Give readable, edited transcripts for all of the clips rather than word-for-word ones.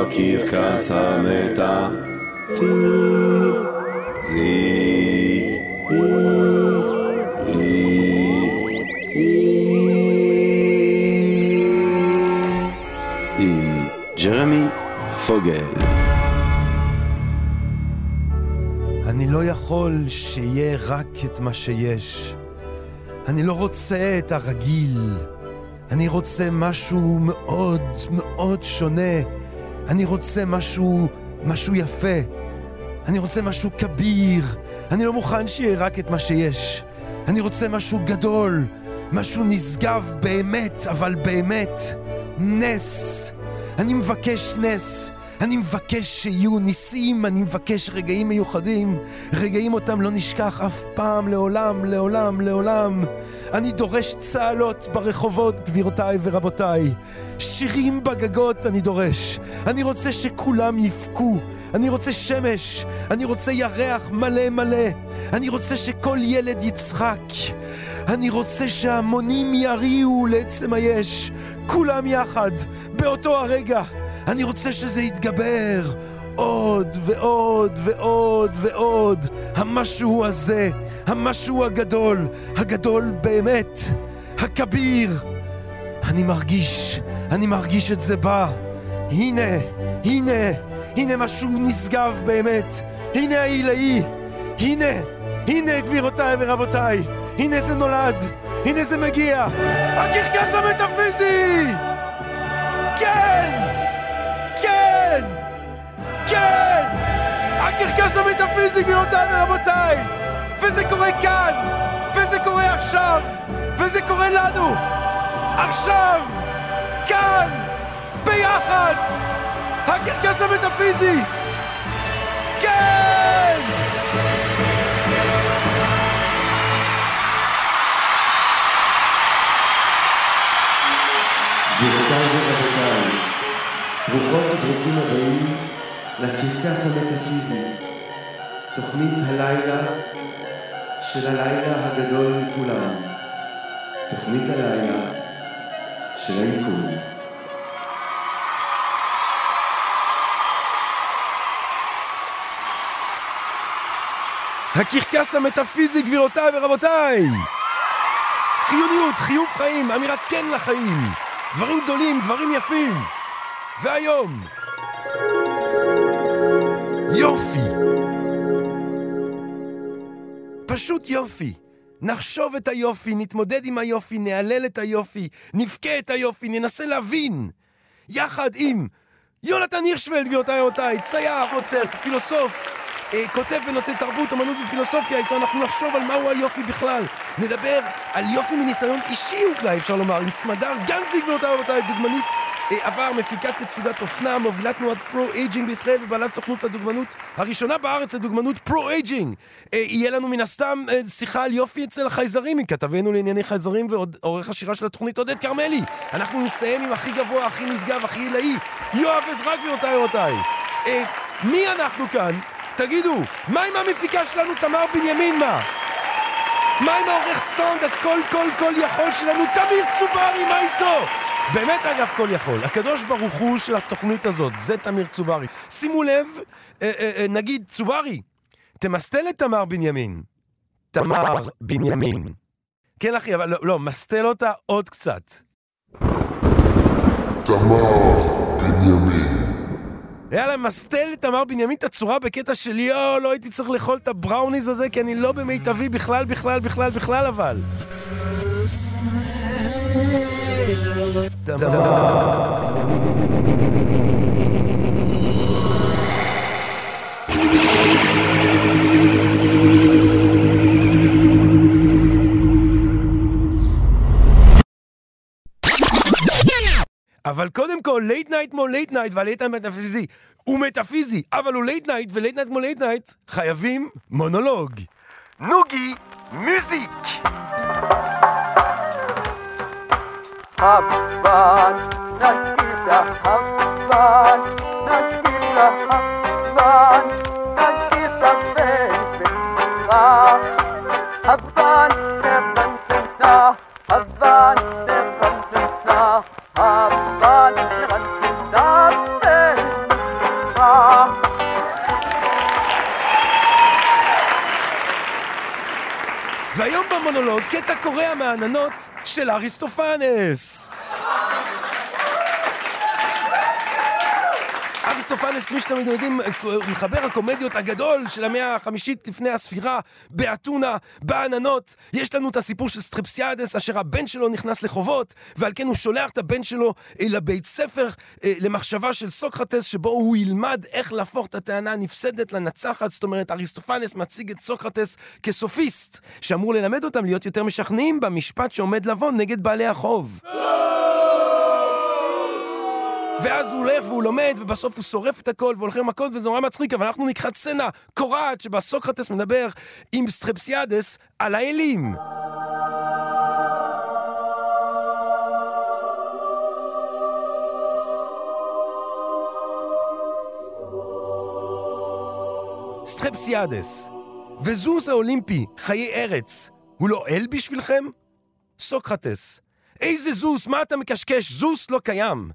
הקרקס עם ג'רמי פוגל. אני לא יכול שיהיה רק את מה שיש. אני לא רוצה את הרגיל. אני רוצה משהו מאוד מאוד שונה. אני רוצה משהו יפה. אני רוצה משהו כביר. אני לא מוכן שיהיה רק את מה שיש. אני רוצה משהו גדול. משהו נשגב באמת, אבל באמת. נס. אני מבקש נס. אני מבקש שיהיו ניסים, אני מבקש רגעים מיוחדים, רגעים אותם לא נשכח אף פעם, לעולם, לעולם, לעולם. אני דורש צהלות ברחובות, גבירותיי ורבותיי. שירים בגגות אני דורש. אני רוצה שכולם יפקו. אני רוצה שמש. אני רוצה ירח מלא מלא. אני רוצה שכל ילד יצחק. אני רוצה שהמונים יריעו לעצם היש. כולם יחד, באותו הרגע. אני רוצה שזה יתגבר עוד ועוד ועוד ועוד. המשהו הזה, המשהו הגדול, הגדול באמת, הכביר. אני מרגיש את זה בא. הנה משהו נשגב באמת. הנה העילאי. הנה גבירותיי ורבותיי. הנה זה נולד. הנה זה מגיע. הקרקס המטאפיזי! כן! כן! הקרקס המטאפיזי, גבירותיי ורבותיי! וזה קורה כאן! וזה קורה עכשיו! וזה קורה לנו! עכשיו! כאן! ביחד! הקרקס המטאפיזי! כן! גבירותיי ורבותיי, ברוכות וברוכים הבאים לקרקס המטאפיזי, תוכנית הלילה של הלילה הגדול מכולם, תוכנית הלילה של היקום. הקרקס המטאפיזי, גבירותיי ורבותיי! חיוניות, חיוב חיים, אמירת כן לחיים, דברים גדולים, דברים יפים. והיום יופי, פשוט יופי. נחשוב את היופי, נתמודד עם היופי, נעלל את היופי, נבכה את היופי, ננסה להבין יחד עם יונתן הירשוולד, גבירותיי ורבותיי, צייר, רוצר, פילוסוף, כותב בנושא תרבות, אמנות ופילוסופיה. איתו אנחנו נחשוב על מהו היופי בכלל. נדבר על יופי מניסיון אישי אולי, אפשר לומר, עם סמדר גנזי, גבירותיי ורבותיי, דוגמנית עבר, מפיקת תצוגת אופנה, מובילת תנועת פרו-אייג'ינג בישראל ובעלת סוכנות הדוגמנות הראשונה בארץ לדוגמנות פרו-אייג'ינג. יהיה לנו מן הסתם שיחה על יופי אצל החייזרים, כתבנו לענייני חייזרים ועורך השירה של התוכנית עודד קרמלי. אנחנו נסיים עם הכי גבוה, הכי נשגב, הכי עילאי, יואב עזרא, גבירותיי ורבותיי. מי אנחנו כאן? תגידו, מה עם המפיקה שלנו תמר בנימין? מה עם העורך סאונד הכל יכול שלנו תמיר צוברי? מה איתו? באמת אגב כל יכול, הקדוש ברוך הוא של התוכנית הזאת, זה תמיר צוברי. שימו לב, נגיד צוברי, תמסתל את תמר בנימין. תמר בנימין. כן אחי, אבל לא, מסתל אותה עוד קצת. תמר בנימין. יאללה, מסתל את תמר בנימין את הצורה בקטע של לא הייתי צריך לאכול את הבראוניז הזה, כי אני לא במיטבי בכלל, אבל אבל קודם כל, לייט נייט כמו לייט נייט, והלייט נייט מטאפיזי הוא מטאפיזי, אבל הוא לייט נייט, ולייט נייט כמו לייט נייט חייבים מונולוג. נוגי מיוזיק. Habban, nakita habban, nakita habban, nakita bensita, habban bensita, habban bensita, habban bensita, במונולוג קטע קורע מהעננות של אריסטופנס. אריסטופנס, כפי שאתם יודעים, מחבר הקומדיות הגדול של המאה החמישית לפני הספירה, באתונה, בעננות. יש לנו את הסיפור של סטרפסיאדס, אשר הבן שלו נכנס לחובות, ועל כן הוא שולח את הבן שלו לבית ספר, למחשבה של סוקרטס, שבו הוא ילמד איך להפוך את הטענה הנפסדת לנצחת. זאת אומרת, אריסטופנס מציג את סוקרטס כסופיסט, שאמור ללמד אותם להיות יותר משכנעים במשפט שעומד לבוא נגד בעלי החוב. ואז הוא הולך והוא לומד, ובסוף הוא שורף את הכל והולך למכות, וזה נורא מצחיק, אבל אנחנו נקחת סצנה קורעת שבה סוקרטס מדבר עם סטרפסיאדס על האלים. סטרפסיאדס, וזוס האולימפי, חיי ארץ, הוא לא אל בשבילכם? סוקרטס, איזה זוס, מה אתה מקשקש? זוס לא קיים.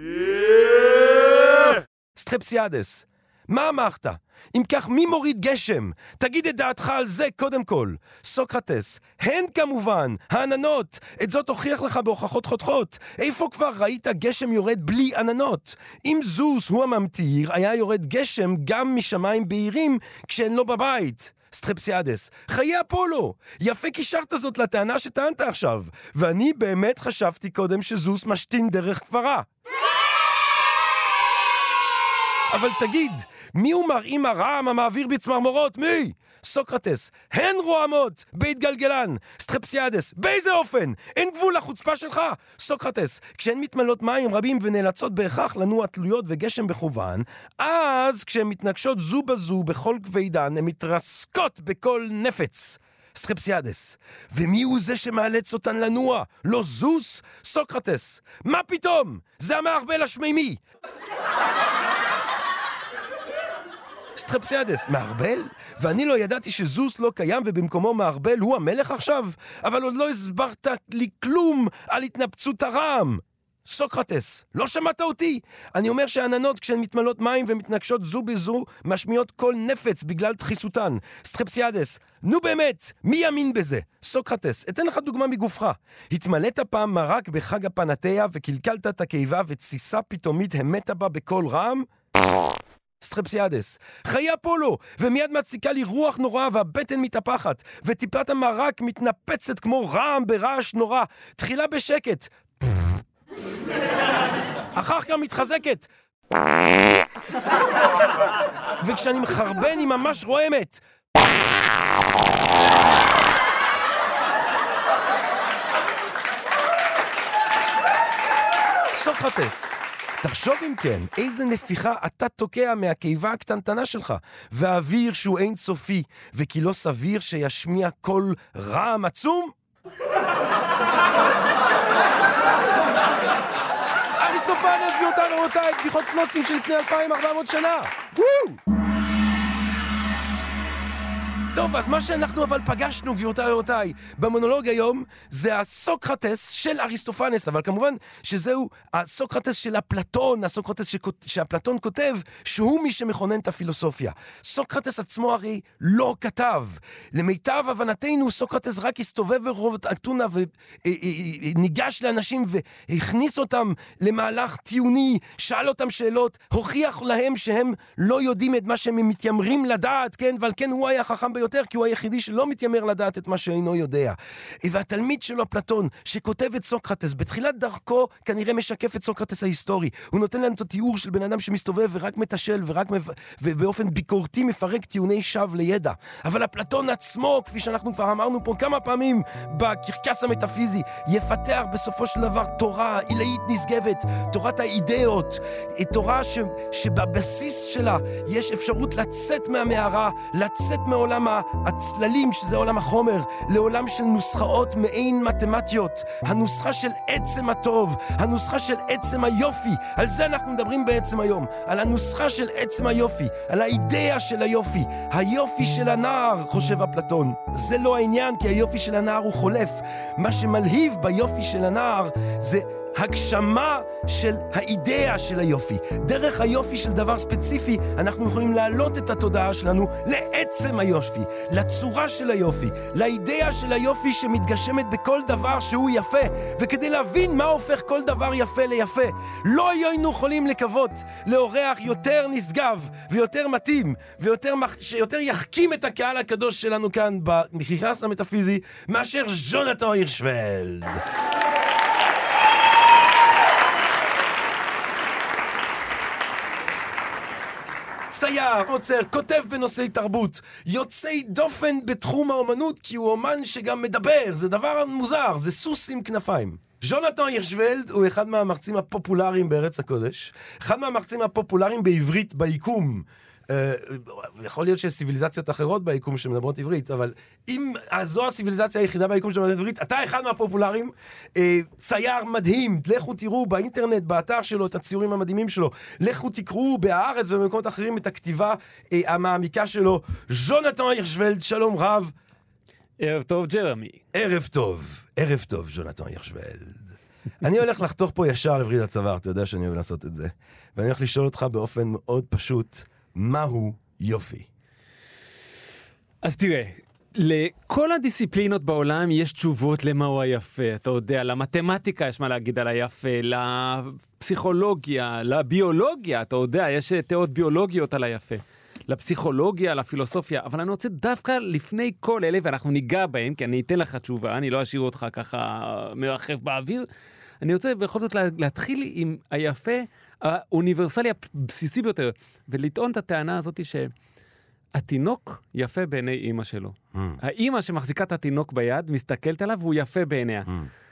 סטרפסיאדס, מה אמרת? אם כך, מי מוריד גשם? תגיד את דעתך על זה קודם כל. סוקרטס, הן כמובן, העננות. את זאת הוכיח לך בהוכחות חותכות. איפה כבר ראית גשם יורד בלי עננות? אם זוס הוא הממטיר, היה יורד גשם גם משמיים בהירים כשאין לו בבית. סטרפסיאדס, חיי אפולו. יפה קישרת זאת לטענה שטענת עכשיו. ואני באמת חשבתי קודם שזוס משתין דרך כפרה. אבל תגיד, מי הוא מראים הרעם המעביר בצמרמורות? מי? סוקרטס, הן רועמות בהתגלגלן. סטרפסיאדס, באיזה אופן? אין גבול לחוצפה שלך. סוקרטס, כשהן מתמלאות מים רבים ונאלצות בהכרח לנוע תלויות וגשם בכוון, אז כשהן מתנגשות זו בזו בכל כבידן, הן מתרסקות בכל נפץ. סטרפסיאדס, ומי הוא זה שמאלץ אותן לנוע? לא זוס? סוקרטס, מה פתאום? זה המערבל השמימי. סטרפסיאדס, מערבל? ואני לא ידעתי שזוס לא קיים ובמקומו מערבל הוא המלך עכשיו? אבל עוד לא הסברת לי כלום על התנפצות הרעם. סוקרטס, לא שמעת אותי? אני אומר שהעננות כשהן מתמלאות מים ומתנגשות זו בזו משמיעות כל נפץ בגלל דחיסותן. סטרפסיאדס, נו באמת, מי יאמין בזה? סוקרטס, אתן לך דוגמה מגופך. התמלאת פעם מרק בחג הפנתיה וקלקלת את הקיבה ותסיסה פתאומית המתה בה בכל רעם? סטרפסיאדס, חיי אפולו, ומיד מציקה לי רוח נורא והבטן מתהפכת, וטיפת המרק מתנפצת כמו רעם ברעש נורא, תחילה בשקט, אחר כך מתחזקת, וכשאני מחרבן היא ממש רועמת. סוקרטס, תחשוב אם כן, איזה נפיחה אתה תוקע מהקיבה הקטנטנה שלך, והאוויר שהוא אין סופי, וכי לא סביר שישמיע כל רעם עצום? אריסטופנס גבירותיי ורבותיי, בדיחות פלוצים שלפני 2400 שנה. טוב, אז מה שאנחנו אבל פגשנו, גבירותיי ורבותיי, במונולוג היום, זה הסוקרטס של אריסטופנס, אבל כמובן שזהו הסוקרטס של אפלטון, הסוקרטס שאפלטון כותב, שהוא מי שמכונן את הפילוסופיה. סוקרטס עצמו הרי לא כתב. למיטב הבנתנו, סוקרטס רק הסתובב ברחוב אתונה וניגש לאנשים והכניס אותם למהלך טיעוני, שאל אותם שאלות, הוכיח להם שהם לא יודעים את מה שהם מתיימרים לדעת, כן? ועל כן הוא היה חכם ביותר, כי הוא היחידי שלא מתיימר לדעת את מה שאינו יודע. והתלמיד שלו, אפלטון, שכותב את סוקרטס, בתחילת דרכו כנראה משקף את סוקרטס ההיסטורי. הוא נותן לנו את התיאור של בן אדם שמסתובב ורק מתשל ובאופן ביקורתי מפרק טיעוני שווא לידע. אבל אפלטון עצמו, כפי שאנחנו כבר אמרנו פה כמה פעמים בקרקס המטאפיזי, יפתח בסופו של דבר תורה עילאית נשגבת, תורת האידאות, תורה שבבסיס שלה יש אפשרות לצאת מהמערה, לצאת מעולם הצללים, שזה עולם החומר, לעולם של נוסחאות מעין מתמטיות, הנוסחה של עצם הטוב, הנוסחה של עצם היופי. על זה אנחנו מדברים בעצם היום, על הנוסחה של עצם היופי, על האידאה של היופי. היופי של הנער, חושב אפלטון, זה לא העניין, כי היופי של הנער הוא חולף. מה שמלהיב ביופי של הנער זה הגשמה של האידאה של היופי. דרך היופי של דבר ספציפי, אנחנו יכולים להעלות את התודעה שלנו לעצם היופי, לצורה של היופי, לאידאה של היופי שמתגשמת בכל דבר שהוא יפה. וכדי להבין מה הופך כל דבר יפה ליפה, לא היינו יכולים לקוות לאורח יותר נשגב ויותר מתאים שיותר יחכים את הקהל הקדוש שלנו כאן במכיחס המטאפיזי מאשר ז'ונתן הירשוולד. צייר, עוצר, כותב בנושאי תרבות, יוצאי דופן בתחום האומנות, כי הוא אומן שגם מדבר, זה דבר מוזר, זה סוס עם כנפיים. ז'ונתן הירשוולד הוא אחד מהמרצים הפופולריים בארץ הקודש, אחד מהמרצים הפופולריים בעברית ביקום. יכול להיות שיש סיביליזציות אחרות ביקום שמדברות עברית, אבל אם זו הסיביליזציה היחידה ביקום שמדברת עברית, אתה אחד מהפופולריים, צייר מדהים, לכו תראו באינטרנט, באתר שלו, את הציורים המדהימים שלו, לכו תקראו בהארץ ובמקומות אחרים את הכתיבה המעמיקה שלו. ז'ונתן הירשוולד, שלום רב. ערב טוב, ג'רמי. ערב טוב, ז'ונתן הירשוולד. אני הולך לחתוך פה ישר לוריד הצוואר, אתה יודע שאני אוהב לעשות את זה, ואני הולך לשאול אותך באופן מאוד פשוט, מהו יופי? אז תראה, לכל הדיסציפלינות בעולם יש תשובות למהו היפה. אתה יודע, למתמטיקה יש מה להגיד על היפה, לפסיכולוגיה, לביולוגיה, אתה יודע, יש תיאוריות ביולוגיות על היפה. לפסיכולוגיה, לפילוסופיה, אבל אני רוצה דווקא לפני כל אלה, ואנחנו ניגע בהם, כי אני אתן לך תשובה, אני לא אשאיר אותך ככה מרחף באוויר. אני רוצה בכל זאת להתחיל עם היפה האוניברסלי הבסיסי ביותר, ולטעון את הטענה הזאת שהתינוק יפה בעיני אמא שלו. האמא שמחזיקה את התינוק ביד, מסתכלת עליו והוא יפה בעיניה.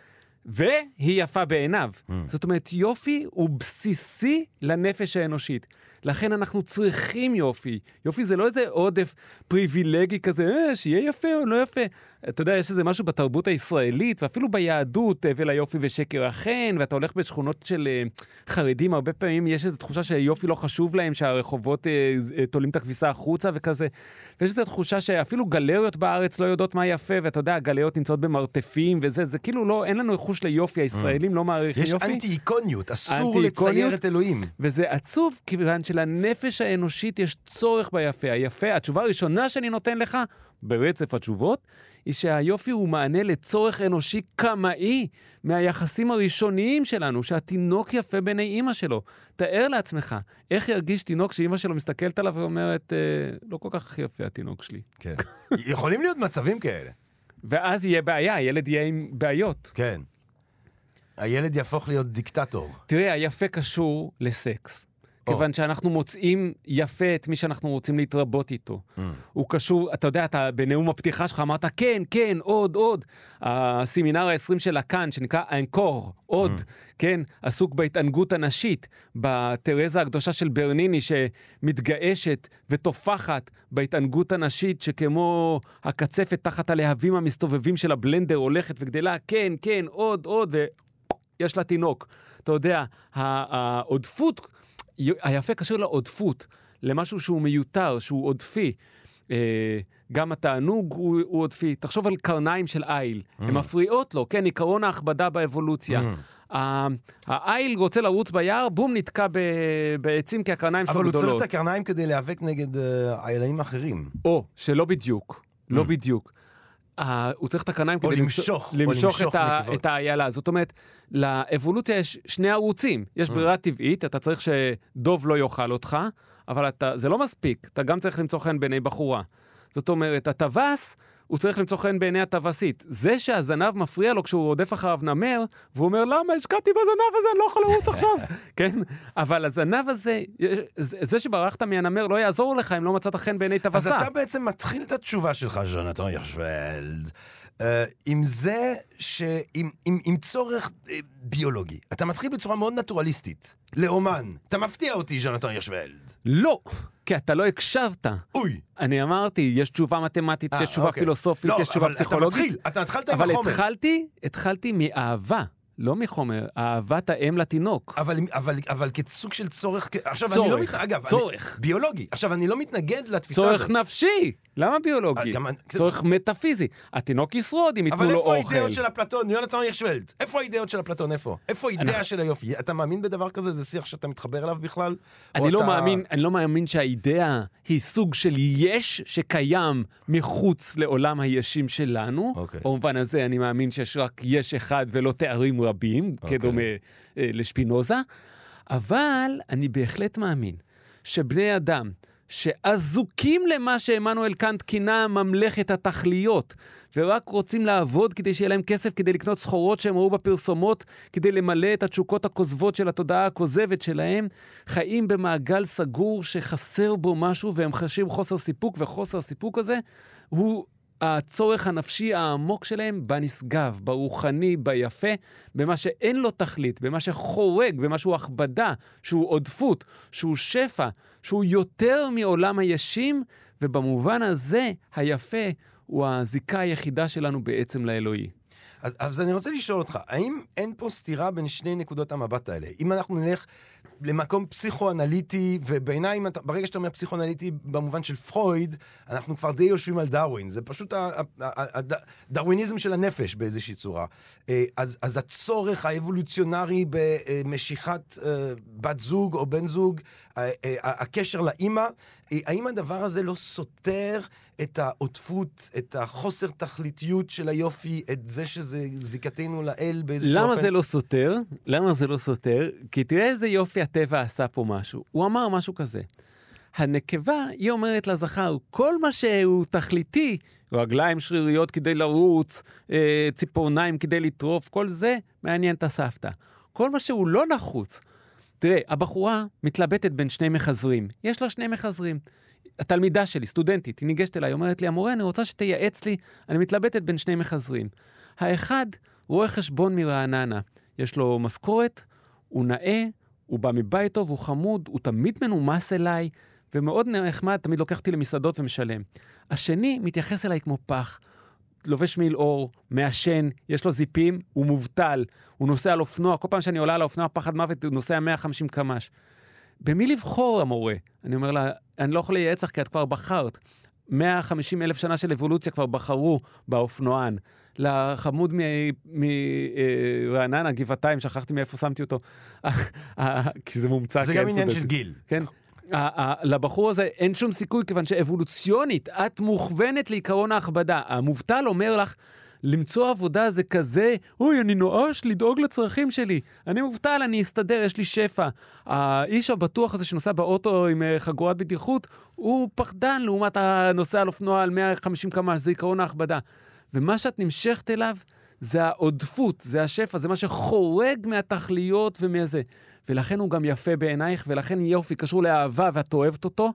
והיא יפה בעיניו. זאת אומרת, יופי הוא בסיסי לנפש האנושית. לכן אנחנו צריכים יופי. יופי זה לא איזה עודף פריבילגי כזה, שיהיה יפה או לא יפה. אתה יודע, יש איזה משהו בתרבות הישראלית, ואפילו ביהדות, וליופי ושקר אכן, ואתה הולך בשכונות של חרדים, הרבה פעמים יש איזו תחושה שיופי לא חשוב להם, שהרחובות תולים את הכביסה החוצה וכזה. ויש איזו תחושה שאפילו גלריות בארץ לא יודעות מה יפה, ואתה יודע, הגלריות נמצאות במרתפים וזה, זה כאילו לא, אין לנו חוש ליופי, הישראלים לא מעריכים יופי. יש אנטי-איקוניות, אסור לצייר את אלוהים. וזה עצוב, כיוון שלנפש האנושית יש צורך ביפה. היפה, התשובה הראשונה שאני נותן לך, ברצף התשובות, היא שהיופי הוא מענה לצורך אנושי קמאי מהיחסים הראשוניים שלנו, שהתינוק יפה בעיני אמא שלו. תאר לעצמך, איך ירגיש תינוק שאמא שלו מסתכלת עליו ואומרת, לא כל כך יפה התינוק שלי. כן. יכולים להיות מצבים כאלה. ואז יהיה בעיה, הילד יהיה עם בעיות. כן. הילד יהפוך להיות דיקטטור. תראה, היפה קשור לסקס. כיוון שאנחנו מוצאים יפה את מי שאנחנו רוצים להתרבות איתו. הוא קשור, אתה יודע, אתה בנאום הפתיחה שלך אמרת, כן, כן, עוד. הסמינר ה-20 של לקאן, שנקרא אנקור, עוד, כן, עסוק בהתענגות הנשית, בתרזה הקדושה של ברניני, שמתגאשת ותופחת בהתענגות הנשית, שכמו הקצפת תחת הלהבים המסתובבים של הבלנדר הולכת וגדלה, כן, עוד, ויש לה תינוק. אתה יודע, העודפות, היפה קשור לעודפות, למשהו שהוא מיותר, שהוא עודפי. גם התענוג הוא עודפי. תחשוב על קרניים של איל. הן מפריעות לו, כן, עיקרון ההכבדה באבולוציה. האיל רוצה לרוץ ביער, בום, נתקע בעצים כי הקרניים שלו גדולות. אבל הוא צריך את הקרניים כדי להיאבק נגד האילאים האחרים. או, שלא בדיוק. לא בדיוק. הוא צריך את הקרניים כדי למשוך את האיילה. זאת אומרת, לאבולוציה יש שני ערוצים. יש ברירה טבעית, אתה צריך שדוב לא יאכל אותך, אבל זה לא מספיק. אתה גם צריך למצוא חן בעיני בחורה. זאת אומרת, הטווס, הוא צריך למצוא חן בעיני הטווסית. זה שהזנב מפריע לו כשהוא רודף אחריו נמר, והוא אומר, למה השקעתי בזנב הזה, אני לא יכול לרוץ עכשיו. כן? אבל הזנב הזה, זה שברחת מהנמר לא יעזור לך אם לא מצאת חן בעיני טווסה. אז אתה בעצם מתחיל את התשובה שלך, ז'ונתן הירשוולד, עם זה עם צורך ביולוגי. אתה מתחיל בצורה מאוד נטורליסטית, לאומן. אתה מפתיע אותי, ז'ונתן הירשוולד. לא, כי אתה לא הקשבת. אוי. אני אמרתי, יש תשובה מתמטית, יש תשובה פילוסופית, יש תשובה פסיכולוגית. אתה התחלת עם החומר. אבל התחלתי מאהבה. לא מחומר, אהבת האם לתינוק. אבל כסוג של צורך... עכשיו, צורך, אני לא אגב, צורך. ביולוגי. עכשיו, אני לא מתנגד לתפיסה הזאת. צורך נפשי. למה ביולוגי? צורך מטאפיזי. התינוק ישרוד אם ייתנו לו אוכל. אבל איפה האידאות של אפלטון? יונתן הירשפלד. איפה האידאות של אפלטון? איפה האידאה של היופי? אתה מאמין בדבר כזה? זה שיח שאתה מתחבר אליו בכלל? אני לא מאמין שהאידאה היא סוג של יש שקיים מחוץ לעולם הישים שלנו. במובן הזה אני מאמין שיש רק יש אחד ולא תארים רבים, כדומה לשפינוזה. אבל אני בהחלט מאמין שבני אדם שאזוקים למה שעמנואל קאנט כינה ממלכת התכליות, ורק רוצים לעבוד כדי שיהיה להם כסף, כדי לקנות סחורות שהם ראו בפרסומות, כדי למלא את התשוקות הכוזבות של התודעה הכוזבת שלהם, חיים במעגל סגור שחסר בו משהו, והם חשים חוסר סיפוק, וחוסר הסיפוק הזה הוא הצורך הנפשי העמוק שלהם בנשגב, ברוחני, ביפה, במה שאין לו תכלית, במה שחורג, במה שהוא הכבדה, שהוא עודפות, שהוא שפע, שהוא יותר מעולם הישים, ובמובן הזה היפה הוא הזיקה היחידה שלנו בעצם לאלוהי. אז אני רוצה לשאול אותך, האם אין פה סתירה בין שני נקודות המבט האלה? אם אנחנו נלך למקום פסיכואנליטי, ובעיניי, ברגע שאתה אומר פסיכואנליטי במובן של פרויד, אנחנו כבר די יושבים על דרווין. זה פשוט הדרוויניזם של הנפש באיזושהי צורה. אז הצורך האבולוציונרי במשיכת בת זוג או בן זוג, הקשר לאמא, האם הדבר הזה לא סותר את העוטפות, את החוסר תכליתיות של היופי, את זה שזה זיקתנו לאל באיזשהו אופן? למה זה לא סותר? למה זה לא סותר? כי תראה איזה יופי הטבע עשה פה משהו. הוא אמר משהו כזה. הנקבה, היא אומרת לזכר, כל מה שהוא תכליתי, רגליים שריריות כדי לרוץ, ציפורניים כדי לטרוף, כל זה מעניין את הסבתא. כל מה שהוא לא נחוץ. תראה, הבחורה מתלבטת בין שני מחזרים. יש לה שני מחזרים. התלמידה שלי, סטודנטית, היא ניגשת אליי, אומרת לי, המורה, אני רוצה שתייעץ לי, אני מתלבטת בין שני מחזרים. האחד, רואה חשבון מרעננה. יש לו משכורת, הוא נאה, הוא בא מבית טוב, הוא חמוד, הוא תמיד מנומס אליי, ומאוד נחמד, תמיד לוקח אותי למסעדות ומשלם. השני מתייחס אליי כמו פח, לובש מעיל אור, מעשן, יש לו זיפים, הוא מובטל, הוא נוסע על אופנוע, כל פעם שאני עולה על האופנוע, פחד מוות, הוא נוסע 150 קמ"ש. במי לבחור, המורה? אני אומר לה, אני לא יכול לייעץ לך, כי את כבר בחרת. 150,000 שנה של אבולוציה כבר בחרו באופנוען. לחמוד מרעננה, גבעתיים, שכחתי מאיפה שמתי אותו. כי זה מומצא. זה גם עניין של גיל. כן. לבחור הזה אין שום סיכוי, כיוון שאבולוציונית, את מוכוונת לעיקרון ההכבדה. המובטל אומר לך, למצוא עבודה זה כזה, אוי, אני נואש לדאוג לצרכים שלי. אני מובטל, אני אסתדר, יש לי שפע. האיש הבטוח הזה שנוסע באוטו עם חגורת בטיחות, הוא פחדן לעומת הנוסע על אופנוע על 150 קמ"ש, זה עיקרון ההכבדה. ומה שאת נמשכת אליו, זה העודפות, זה השפע, זה מה שחורג מהתכליות ומהזה. ולכן הוא גם יפה בעינייך, ולכן יופי קשור לאהבה, ואת אוהבת אותו.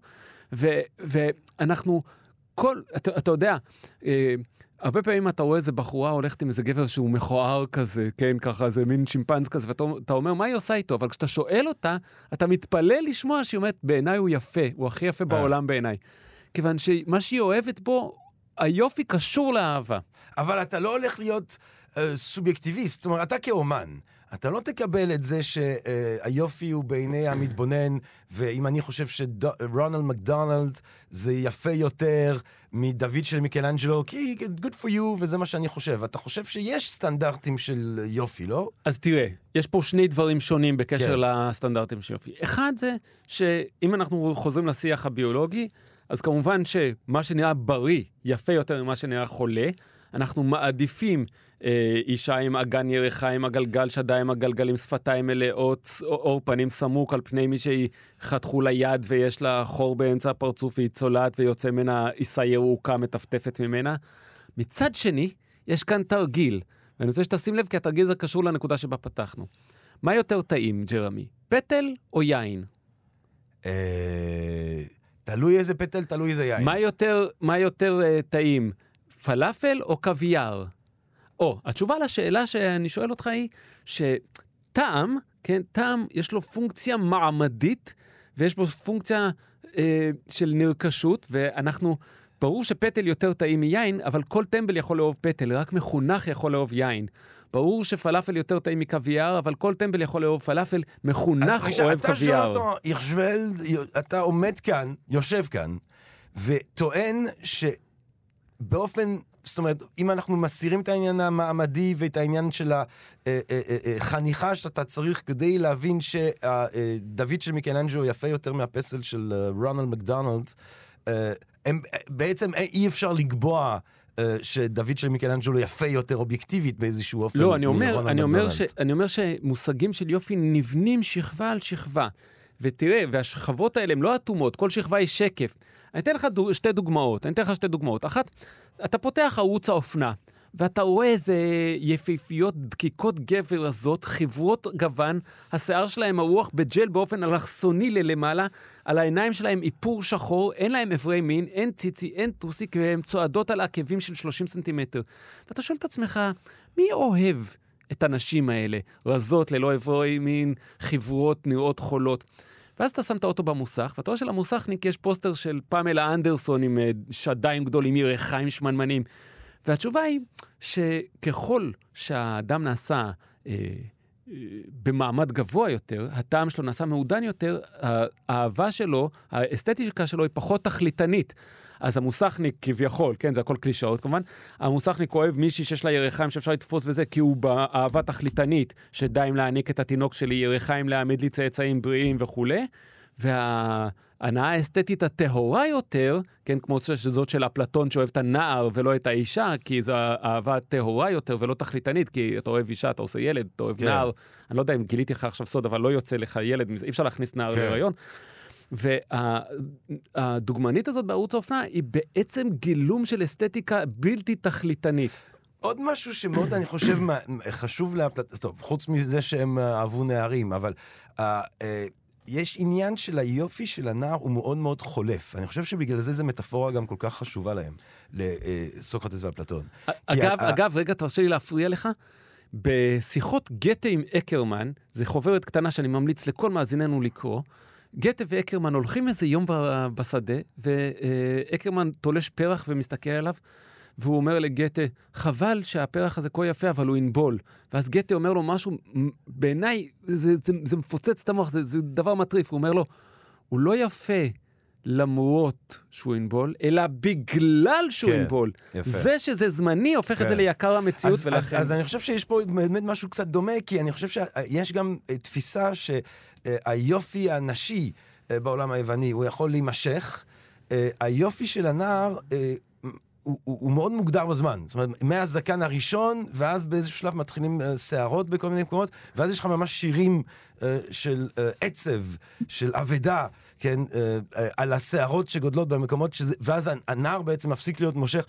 ואנחנו, אתה יודע, הרבה פעמים אתה רואה איזה בחורה הולכת עם איזה גבר שהוא מכוער כזה, כן, ככה, זה מין שימפנס כזה, ואתה אומר, מה היא עושה איתו? אבל כשאתה שואל אותה, אתה מתפלל לשמוע שהיא אומרת, בעיניי הוא יפה, הוא הכי יפה בעולם בעיניי. כיוון שמה שהיא אוהבת בו, היופי קשור לאהבה. אבל אתה לא הולך להיות סובייקטיביסט, זאת אומרת, אתה כאומן, אתה לא תקבל את זה שהיופי הוא בעיני המתבונן, ואם אני חושב שרונלד מקדונלד זה יפה יותר מדוד של מיקלאנג'לו, כי good for you, וזה מה שאני חושב. אתה חושב שיש סטנדרטים של יופי, לא? אז תראה, יש פה שני דברים שונים בקשר לסטנדרטים של יופי. אחד זה שאם אנחנו חוזרים לשיח הביולוגי, אז כמובן שמה שנראה בריא יפה יותר ממה שנראה חולה, אנחנו מעדיפים אישה עם אגן ירחה, עם הגלגל שדיים, הגלגלים שפתיים מלאות, אור פנים סמוק על פני מי שהיא חתכו ליד ויש לה חור באמצע הפרצוף והיא צולעת ויוצא ממנה עיסה ירוקה מטפטפת ממנה. מצד שני, יש כאן תרגיל, ואני רוצה שתשים לב כי התרגיל זה קשור לנקודה שבה פתחנו. מה יותר טעים, ג'רמי? פטל או יין? תלוי איזה פטל, תלוי איזה יין. מה יותר טעים? פלאפל או קוויאר? התשובה לשאלה שאני שואל אותך היא, שטעם, כן, טעם יש לו פונקציה מעמדית, ויש בו פונקציה של נרכשות, ואנחנו, ברור שפטל יותר טעים מיין, אבל כל טמבל יכול לאהוב פטל, רק מחונך יכול לאהוב יין. ברור שפלאפל יותר טעים מקוויאר, אבל כל טמבל יכול לאהוב פלאפל, מחונך אוהב קוויאר. אתה עומד כאן, יושב כאן, וטוען שבאופן, זאת אומרת, אם אנחנו מסירים את העניין המעמדי ואת העניין של החניכה שאתה צריך כדי להבין שדוד של מיקלאנג'לו יפה יותר מהפסל של רונלד מקדונלד, בעצם אי אפשר לקבוע שדוד של מיקלאנג'לו יפה יותר אובייקטיבית באיזשהו אופן. לא, אני אומר שמושגים של יופי נבנים שכבה על שכבה. ותראה, והשכבות האלה הן לא אטומות, כל שכבה היא שקף. אני אתן לך שתי דוגמאות. אחת, אתה פותח ערוץ האופנה, ואתה רואה איזה יפיפיות, דקיקות גבר הזאת, חברות גוון, השיער שלהם הרוח בג'ל באופן אלכסוני ללמעלה, על העיניים שלהם איפור שחור, אין להם אברי מין, אין ציצי, אין טוסיק, והם צועדות על עקבים של 30 סנטימטר. ואתה שואל את עצמך, מי אוהב את הנשים האלה? רזות, ללא אברי מין, חברות, נראות חולות. ואז אתה שם את האוטו במוסך, ואתה רואה שלמוסכניק יש פוסטר של פמלה אנדרסון עם שדיים גדולים, ירחיים שמנמנים. והתשובה היא שככל שהאדם נעשה במעמד גבוה יותר, הטעם שלו נעשה מעודן יותר, האהבה שלו, האסתטיקה שלו היא פחות תכליתנית. אז המוסכניק כביכול, כן, זה הכל קלישאות כמובן, המוסכניק אוהב מישהי שיש לה ירחיים שאפשר לתפוס וזה, כי הוא באהבה תכליתנית, שדי אם להעניק את התינוק שלי, ירחיים להעמיד לי צאצאים בריאים וכו'. וההנאה האסתטית הטהורה יותר, כן, כמו שזאת של אפלטון שאוהב את הנער ולא את האישה, כי זו אהבה טהורה יותר ולא תכליתנית, כי אתה אוהב אישה, אתה עושה ילד, אתה אוהב נער, אני לא יודע אם גיליתי לך עכשיו סוד, אבל לא יוצא לך ילד, אי אפשר להכניס נער להיריון. והדוגמנית הזאת בערוץ האופנה היא בעצם גילום של אסתטיקה בלתי תכליתנית. עוד משהו שמאוד אני חושב חשוב טוב, חוץ מזה שהם אהבו נערים, אבל יש עניין של היופי של הנער הוא מאוד מאוד חולף. אני חושב שבגלל זה מטאפורה גם כל כך חשובה להם, לסוקרטס ואפלטון. אגב, רגע, תרשה לי להפריע לך. בשיחות גתה עם אקרמן, זה חוברת קטנה שאני ממליץ לכל מאזיננו לקרוא, גתה ואקרמן הולכים איזה יום בשדה, ואקרמן תולש פרח ומסתכל עליו, והוא אומר לגתה, חבל שהפרח הזה כה יפה, אבל הוא ינבול. ואז גתה אומר לו משהו, בעיניי זה מפוצץ את המוח, זה דבר מטריף. הוא אומר לו, הוא לא יפה למרות שהוא ינבול, אלא בגלל שהוא ינבול. זה שזה זמני הופך את זה ליקר המציאות. אז אני חושב שיש פה באמת משהו קצת דומה, כי אני חושב שיש גם תפיסה שהיופי הנשי בעולם היווני, הוא יכול להימשך. היופי של הנער הוא מאוד מוגדר בזמן. זאת אומרת, מהזקן הראשון, ואז באיזשהו שלב מתחילים שערות בכל מיני מקומות, ואז יש לך ממש שירים של עצב, של עבדה, כן, על השערות שגודלות במקומות, ואז הנער בעצם מפסיק להיות מושך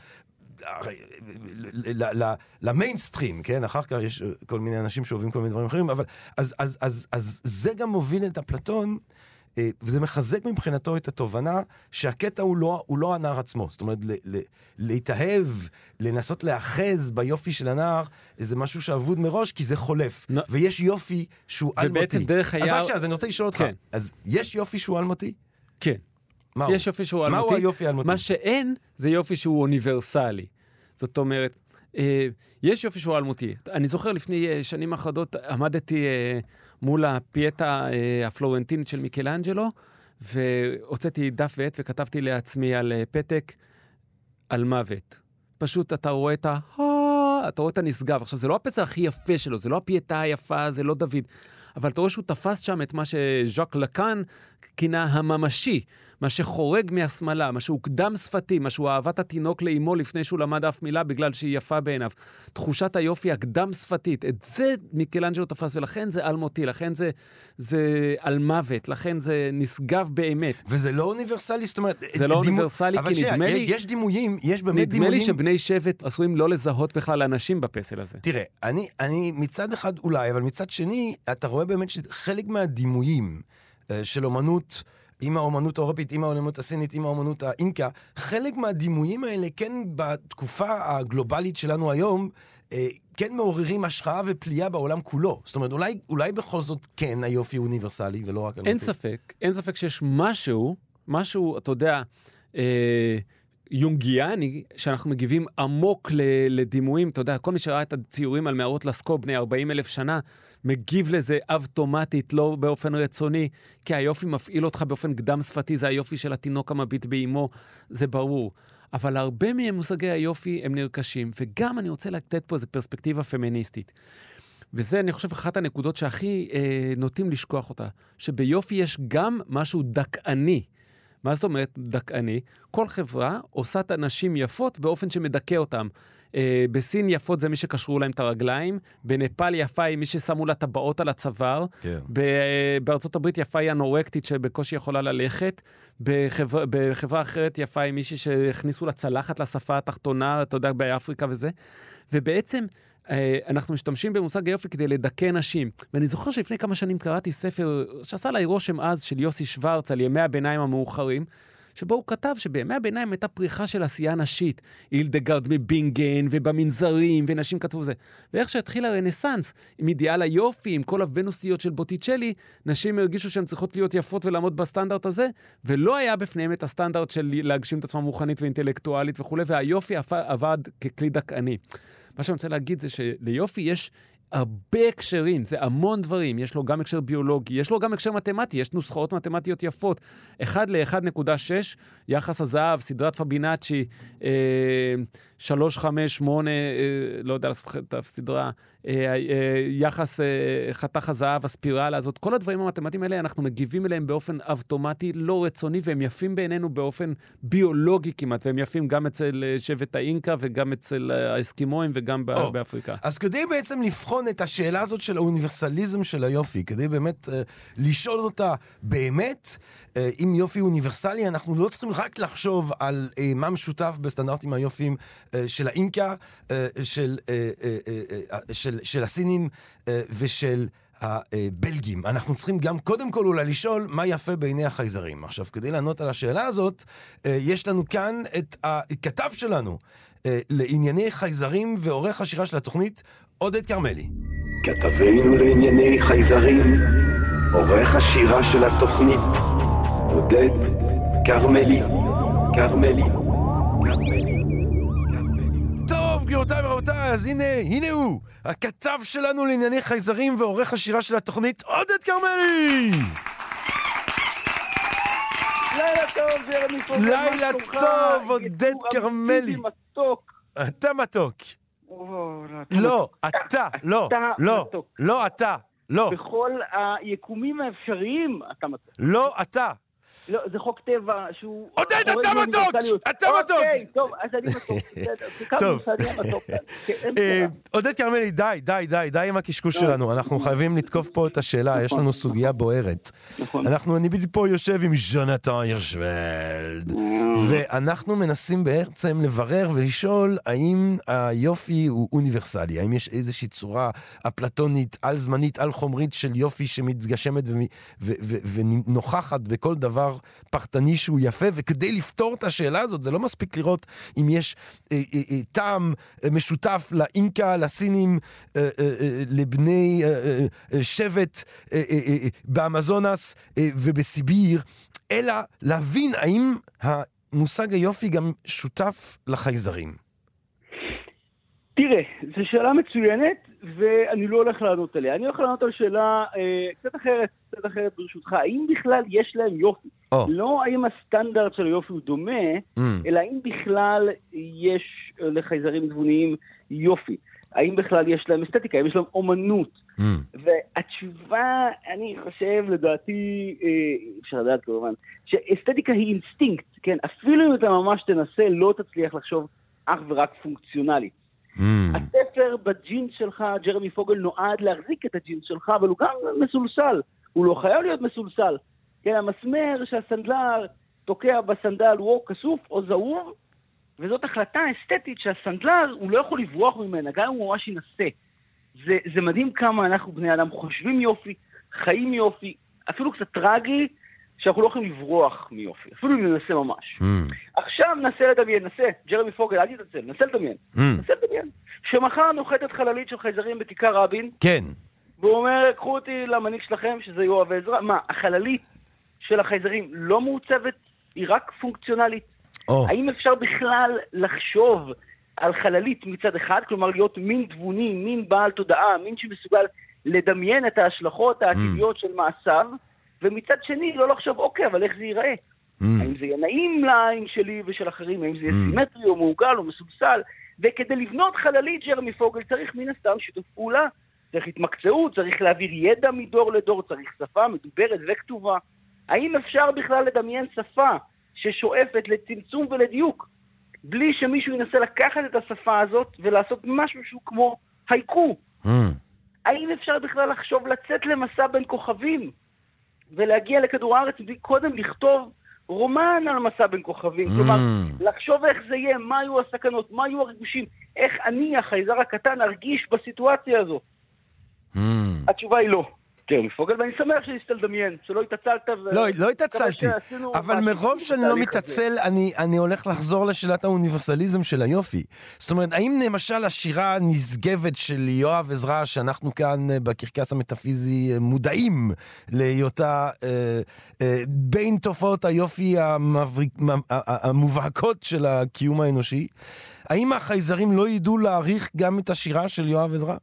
למיינסטרים, כן? אחר כך יש כל מיני אנשים שאוהבים כל מיני דברים אחרים, אבל אז זה גם מוביל את אפלטון, וזה מחזק מבחינתו את התובנה שהקטע הוא לא הנער עצמו. זאת אומרת, להתאהב, לנסות לאחז ביופי של הנער, זה משהו שעבוד מראש, כי זה חולף. ויש יופי שהוא אלמותי. ובעצם דרך היער... אז אני רוצה לשאול אותך. כן. אז יש יופי שהוא אלמותי? כן. יש יופי שהוא אלמותי. מהו היופי האלמותי? מה שאין, זה יופי שהוא אוניברסלי. זאת אומרת, יש יופי שהוא אלמותי. אני זוכר לפני שנים אחדות, עמדתי מול הפייטה הפלורנטינית של מיקלאנג'לו, והוצאתי דף ועט וכתבתי לעצמי על פתק על מוות. פשוט אתה רואה אתה רואה את הנשגב. עכשיו, זה לא הפסל הכי יפה שלו, זה לא הפייטה היפה, זה לא דוד. אבל אתה רואה שהוא תפס שם את מה שז'אק לקאן כינה הממשי, מה שחורג מהשמאלה, מה שהוא קדם שפתי, מה שהוא אהבת התינוק לאמו לפני שהוא למד אף מילה בגלל שהיא יפה בעיניו. תחושת היופי הקדם שפתית, את זה מיקלאנג'לו תפס, ולכן זה אלמותי, לכן זה על מוות, לכן זה נשגב באמת. וזה לא אוניברסלי, זאת אומרת... זה לא אוניברסלי, כי נדמה לי... יש דימויים, יש באמת דימויים... נדמה לי שבני שבט עשויים לא לזהות בכלל אנשים בפסל הזה. תראה, אני מצד אחד אולי, אבל מצד שני, אתה רואה באמת שחלק מהדימויים של אומנות, עם האומנות האירופית, עם האומנות הסינית, עם האומנות האינקה, חלק מהדימויים האלה, כן, בתקופה הגלובלית שלנו היום, כן מעוררים השחאה ופליאה בעולם כולו. זאת אומרת, אולי בכל זאת כן היופי אוניברסלי, ולא רק... אין ספק שיש משהו, אתה יודע, יונגיאני, שאנחנו מגיבים עמוק לדימויים. אתה יודע, כל מי שראה את הציורים על מערות לסקוב בני 40,000 שנה, מגיב לזה אבטומטית, לא באופן רצוני, כי היופי מפעיל אותך באופן קדם שפתי, זה היופי של התינוק המביט באמו, זה ברור. אבל הרבה מושגי היופי הם נרכשים, וגם אני רוצה לתת פה איזו פרספקטיבה פמיניסטית. וזה, אני חושב, אחת הנקודות שהכי נוטים לשכוח אותה, שביופי יש גם משהו דכאני. מה זאת אומרת דכאני? כל חברה עושה את אנשים יפות באופן שמדכא אותם. בסין יפות זה מי שקשרו להם את הרגליים, בנפאל יפה היא מי ששמו לה טבעות על הצוואר, כן. בארצות הברית יפה היא אנורקטית שבקושי יכולה ללכת, בחברה אחרת יפה היא מישהי שהכניסו לה צלחת לשפה התחתונה, אתה יודע, באפריקה וזה, ובעצם אנחנו משתמשים במושג היופי כדי לדכא נשים. ואני זוכר שלפני כמה שנים קראתי ספר שעשה לי רושם אז של יוסי שוורץ על ימי הביניים המאוחרים, שבו הוא כתב שבימי הביניים הייתה פריחה של עשייה נשית, הילדגרד מבינגן ובמנזרים, ונשים כתבו זה. ואיך שהתחיל הרנסנס, עם אידיאל היופי, עם כל הוונוסיות של בוטיצ'לי, נשים הרגישו שהן צריכות להיות יפות ולעמוד בסטנדרט הזה, ולא היה בפניהם את הסטנדרט של להגשים את עצמם רוחנית ואינטלקטואלית וכו', והיופי עבד ככלי דכאני. מה שאני רוצה להגיד זה שליופי יש הרבה הקשרים, זה המון דברים, יש לו גם הקשר ביולוגי, יש לו גם הקשר מתמטי, יש נוסחאות מתמטיות יפות, 1 ל-1.6, יחס הזהב, סדרת פבינאצ'י, 3, 5, 8, לא יודע לעשות את הסדרה, יחס חתך הזהב, הספירלה הזאת, כל הדברים המתמטיים האלה, אנחנו מגיבים אליהם באופן אוטומטי, לא רצוני, והם יפים בעינינו באופן ביולוגי כמעט, והם יפים גם אצל שבט האינקה, וגם אצל האסקימואים, וגם באפריקה. אז כדי בעצם לבחון את השאלה הזאת של האוניברסליזם של היופי, כדי באמת לשאול אותה באמת, אם יופי אוניברסלי, אנחנו לא צריכים רק לחשוב על מה משותף בסטנדרטים היופיים של האינקה, של הסינים ושל הבלגים. אנחנו צריכים גם קודם כל אולי לשאול מה יפה בעיני החייזרים. עכשיו, כדי לענות על השאלה הזאת, יש לנו כאן את הכתב שלנו לענייני חייזרים ועורך השירה של התוכנית, עודד כרמלי. כתבנו לענייני חייזרים, עורך השירה של התוכנית, עודד כרמלי. טוב, גבירותיי ורבותיי, אז הנה הוא, הכתב שלנו לענייני חייזרים ועורך השירה של התוכנית, עודד כרמלי! לילה טוב, ג'רמי פוגל. לילה טוב, עודד כרמלי. אתה מתוק. לא, אתה, לא, אתה. בכל היקומים האפשריים אתה מתוק. לא, אתה. לא, זה חוק טבע שהוא... עודד, אתה מתוק! אתה מתוק! אוקיי, טוב, אז אני מתוק. טוב. עודד כרמלי, די עם הקשקוש שלנו. אנחנו חייבים לתקוף פה את השאלה, יש לנו סוגיה בוערת. אני בדיוק פה יושב עם ז'ונתן הירשוולד, ואנחנו מנסים בעצם לברר ולשאול האם היופי הוא אוניברסלי, האם יש איזושהי צורה אפלטונית, על זמנית, על חומרית של יופי שמתגשמת ונוכחת בכל דבר פרטני שהוא יפה, וכדי לפתור את השאלה הזאת, זה לא מספיק לראות אם יש טעם משותף לאינקה, לסינים, לבני שבט באמזונס ובסיביר, אלא להבין האם המושג היופי גם שותף לחייזרים. תראה, זו שאלה מצוינת, ואני לא הולך לענות עליה. אני הולך לענות על שאלה קצת אחרת ברשותך. האם בכלל יש להם יופי? לא האם הסטנדרט של היופי הוא דומה, אלא האם בכלל יש לחייזרים תבוניים יופי? האם בכלל יש להם אסתטיקה? האם יש להם אומנות? והתשובה, אני חושב, לדעתי, אפשר לדעת כמובן, שאסתטיקה היא אינסטינקט, כן? אפילו אם אתה ממש תנסה, לא תצליח לחשוב אך ורק פונקציונלית. הספר בג'ינס שלך, ג'רמי פוגל, נועד להחזיק את הג'ינס שלך, אבל הוא גם מסולסל. הוא לא חייב להיות מסולסל. כן, המסמר שהסנדלר תוקע בסנדל הוא או כסוף או זהוב, וזאת החלטה אסתטית שהסנדלר הוא לא יכול לברוח ממנה, גם אם הוא ממש ינסה. זה מדהים כמה אנחנו בני אדם חושבים יופי, חיים יופי, אפילו קצת טרגי, שאנחנו לא יכולים לברוח מיופי, אפילו אם ננסה ממש. עכשיו נסה לדמיין, ג'רמי פוגל, אל תתעצל, נסה לדמיין, שמחר נוחתת חללית של חייזרים בכיכר רבין, כן. והוא אומר, קחו אותי למנהיג שלכם, שזה יואב עזרא, מה, החללית של החייזרים לא מעוצבת, היא רק פונקציונלית? האם אפשר בכלל לחשוב על חללית מצד אחד, כלומר להיות מין תבוני, מין בעל תודעה, מין שמסוגל לדמיין את ההשלכות העתידיות של מעשיו, ומצד שני לא לחשוב, אוקיי, אבל איך זה ייראה? האם זה יהיה נעים לעין שלי ושל אחרים, האם זה יהיה סימטרי או מעוגל או מסובסל, וכדי לבנות חללית ג'רמי פוגל צריך מן הסתם שיתוף פעולה, צריך התמקצעות, צריך להעביר ידע מדור לדור, צריך שפה מדוברת וכתובה. האם אפשר בכלל לדמיין שפה ששואפת לצמצום ולדיוק, בלי שמישהו ינסה לקחת את השפה הזאת ולעשות משהו שהוא כמו הייקו? האם אפשר בכלל לחשוב לצאת למסע בין כוכבים ולהגיע לכדור הארץ קודם לכתוב רומן על מסע בין כוכבים? כלומר, לחשוב איך זה יהיה, מה היו הסכנות, מה היו הרגושים, איך אני, החייזר הקטן, ארגיש בסיטואציה הזו? התשובה היא לא. ג'רמי פוגל, ואני שמח שניסית לדמיין, שלא התעצלת. לא התעצלתי, אבל מרוב שאני לא מתעצל, אני הולך לחזור לשאלת האוניברסליזם של היופי. זאת אומרת, האם למשל השירה הנשגבת של יואב עזרא, שאנחנו כאן בקרקס המטאפיזי מודעים להיותה בין תופעות היופי המובהקות של הקיום האנושי, האם החייזרים לא ידעו להעריך גם את השירה של יואב עזרא?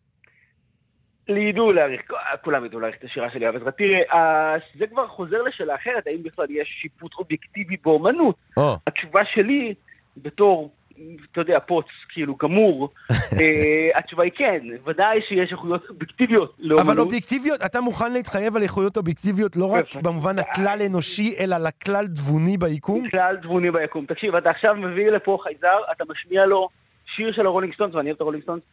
ידעו להעריך, כולם ידעו להעריך את השירה של יואב עזרא. תראה, זה כבר חוזר לשאלה אחרת, האם בכלל יש שיפוט אובייקטיבי באומנות? התשובה שלי, בתור, אתה יודע, פוץ, כאילו, גמור, התשובה היא כן, ודאי שיש איכויות אובייקטיביות לאומנות. אבל אובייקטיביות, אתה מוכן להתחייב על איכויות אובייקטיביות לא רק במובן הכלל אנושי, אלא לכלל דבוני ביקום? כלל דבוני ביקום. תקשיב, אתה עכשיו מביא לפה חייזר, אתה משמיע לו שיר של הרולינג סטונס, ואני אוהב את הרולינג סטונס,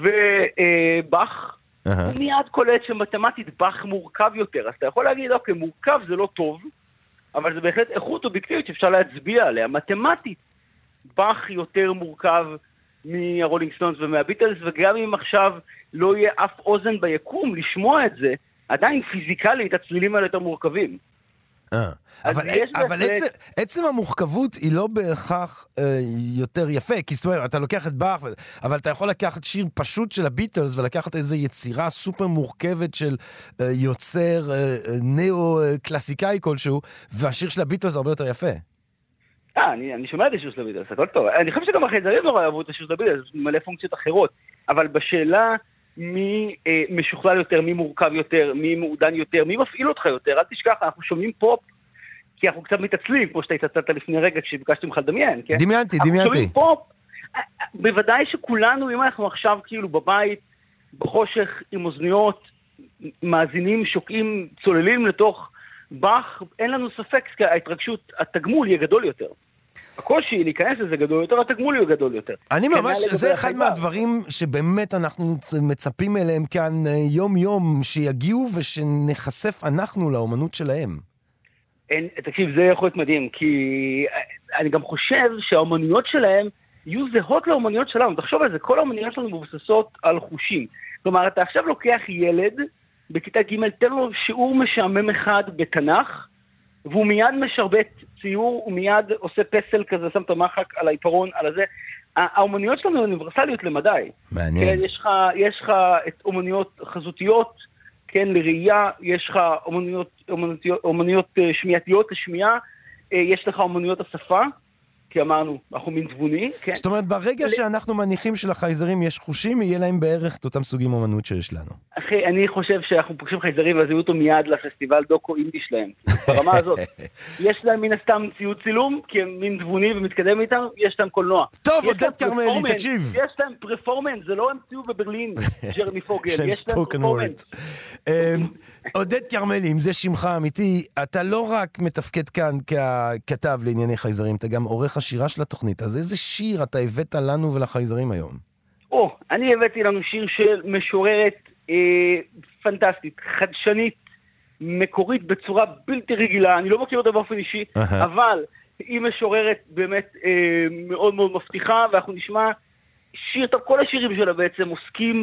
ובח, הוא מיד קולט שמתמטית בח מורכב יותר. אז אתה יכול להגיד, אוקיי, מורכב זה לא טוב, אבל זה בהחלט איכות אובייקטיבית שאפשר להצביע עליה. מתמטית, בח יותר מורכב מהרולינג סטונס ומהביטלס, וגם אם עכשיו לא יהיה אף אוזן ביקום לשמוע את זה, עדיין פיזיקלית הצלילים האלה יותר מורכבים. אבל עצם המורכבות היא לא בהכרח יותר יפה, כי זאת אומרת, אתה לוקח את באך, אבל אתה יכול לקחת שיר פשוט של הביטלס ולקחת איזו יצירה סופר מורכבת של יוצר נאו-קלאסיקאי כלשהו, והשיר של הביטלס הרבה יותר יפה. אני שומע את השיר של הביטלס, הכל טוב. אני חושב שגם החייזרים נורא אהבו את השיר של הביטלס, מלא פונקציות אחרות, אבל בשאלה מי משוכלל יותר, מי מורכב יותר, מי מעודן יותר, מי מפעיל אותך יותר, אל תשכח, אנחנו שומעים פופ, כי אנחנו קצת מתעצלים, כמו שאתה התעצלת לפני רגע כשביקשתי ממך לדמיין, כן? דמיינתי. אנחנו שומעים פופ, בוודאי שכולנו, אם אנחנו עכשיו כאילו בבית, בחושך עם אוזניות, מאזינים, שוקעים, צוללים לתוך באך, אין לנו ספק, כי ההתרגשות, התגמול יהיה גדול יותר. הקושי להיכנס לזה גדול יותר, התגמול יהיה גדול יותר. אני ממש, זה אחד מהדברים שבאמת אנחנו מצפים אליהם כאן יום יום, שיגיעו ושנחשף אנחנו לאומנות שלהם. תקשיב, זה יכול להיות מדהים, כי אני גם חושב שהאומנויות שלהם יהיו זהות לאומנויות שלנו. תחשוב על זה, כל האומנויות שלנו מבוססות על חושים. כלומר, אתה עכשיו לוקח ילד בכיתה ג', תן לו שיעור משעמם אחד בתנ"ך, והוא מיד משרבט ציור, הוא מיד עושה פסל כזה, שם את המחק על העיפרון, על הזה. האומנויות שלנו אוניברסליות למדי. מעניין. כן, יש לך את אומנויות חזותיות, כן, לראייה, יש לך אומנויות שמיעתיות לשמיעה, יש לך אומנויות השפה, כי אמרנו, אנחנו מין תבוני, כן? זאת אומרת, ברגע שאנחנו מניחים שלחייזרים יש חושים, יהיה להם בערך את אותם סוגים אומנות שיש לנו. אחי, אני חושב שאנחנו פוגשים חייזרים ועזיבו אותו מיד לפסטיבל דוקו אינדי שלהם. ברמה הזאת. יש להם מן הסתם ציוד צילום, כי הם מין תבוני ומתקדם איתם, יש להם קולנוע. טוב, עודד כרמלי, תקשיב. יש להם פרפורמנס, זה לא המציאו בברלין, ג'רמי פוגל, יש להם פרפורמנס. עודד כרמלי, אם זה שמך אמיתי, אתה לא רק מתפקד כאן ככתב לענייני חייזרים, אתה גם עורך השירה של התוכנית. אז איזה שיר אתה הבאת לנו ולחייזרים היום? אני הבאתי לנו שיר של משוררת פנטסטית, חדשנית, מקורית בצורה בלתי רגילה. אני לא מכיר אותה באופן אישי, אבל היא משוררת באמת מאוד מאוד מבטיחה, ואנחנו נשמע שיר, כל השירים שלה בעצם עוסקים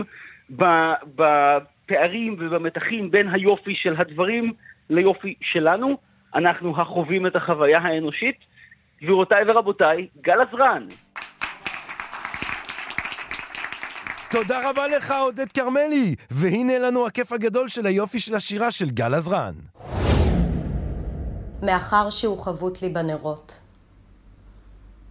בפערים ובמתחים בין היופי של הדברים ליופי שלנו. אנחנו החווים את החוויה האנושית. גבירותיי ורבותיי, גל עזרן. תודה רבה לך, עודד כרמלי. והנה לנו הכיף הגדול של היופי של השירה של גל עזרן. מאחר שהוא חבוט לי בנרות.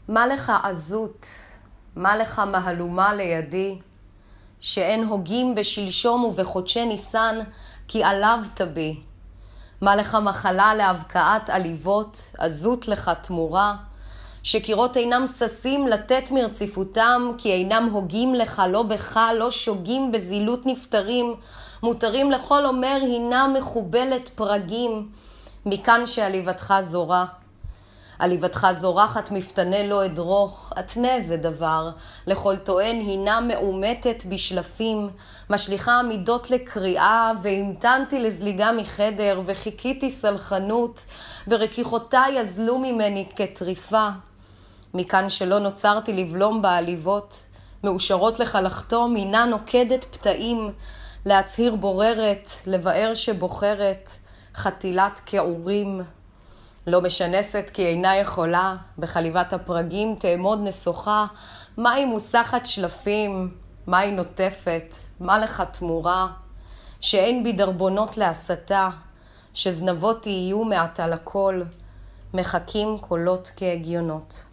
מה לך עזות, מה לך מהלומה לידי, שאין הוגים בשלשום ובחודשי ניסן, כי עליו תבי. מה לך מחלה להבקעת עליבות, עזות לך תמורה, שקירות אינם ססים לתת מרציפותם, כי אינם הוגים לך, לא בך, לא שוגים בזילות נפטרים, מותרים לכל אומר הינה מחובלת פרגים, מכאן שעליבתך זורה. עליבתך זורחת מפתנה לא אדרוך, התנה זה דבר, לכל טוען הינה מאומתת בשלפים, משליחה עמידות לקריאה, והמתנתי לזליגה מחדר, וחיכיתי סלחנות, ורקיחותיי יזלו ממני כטריפה. מכאן שלא נוצרתי לבלום בעליבות, מאושרות לך לחתום, הינה נוקדת פתאים, להצהיר בוררת, לבאר שבוחרת, חתילת כעורים. לא משנסת כי אינה יכולה, בחליבת הפרגים תעמוד נסוכה, מהי מוסחת שלפים, מהי נוטפת, מה לך תמורה, שאין בי דרבונות להסתה, שזנבות יהיו מעתה לכל, מחכים קולות כהגיונות.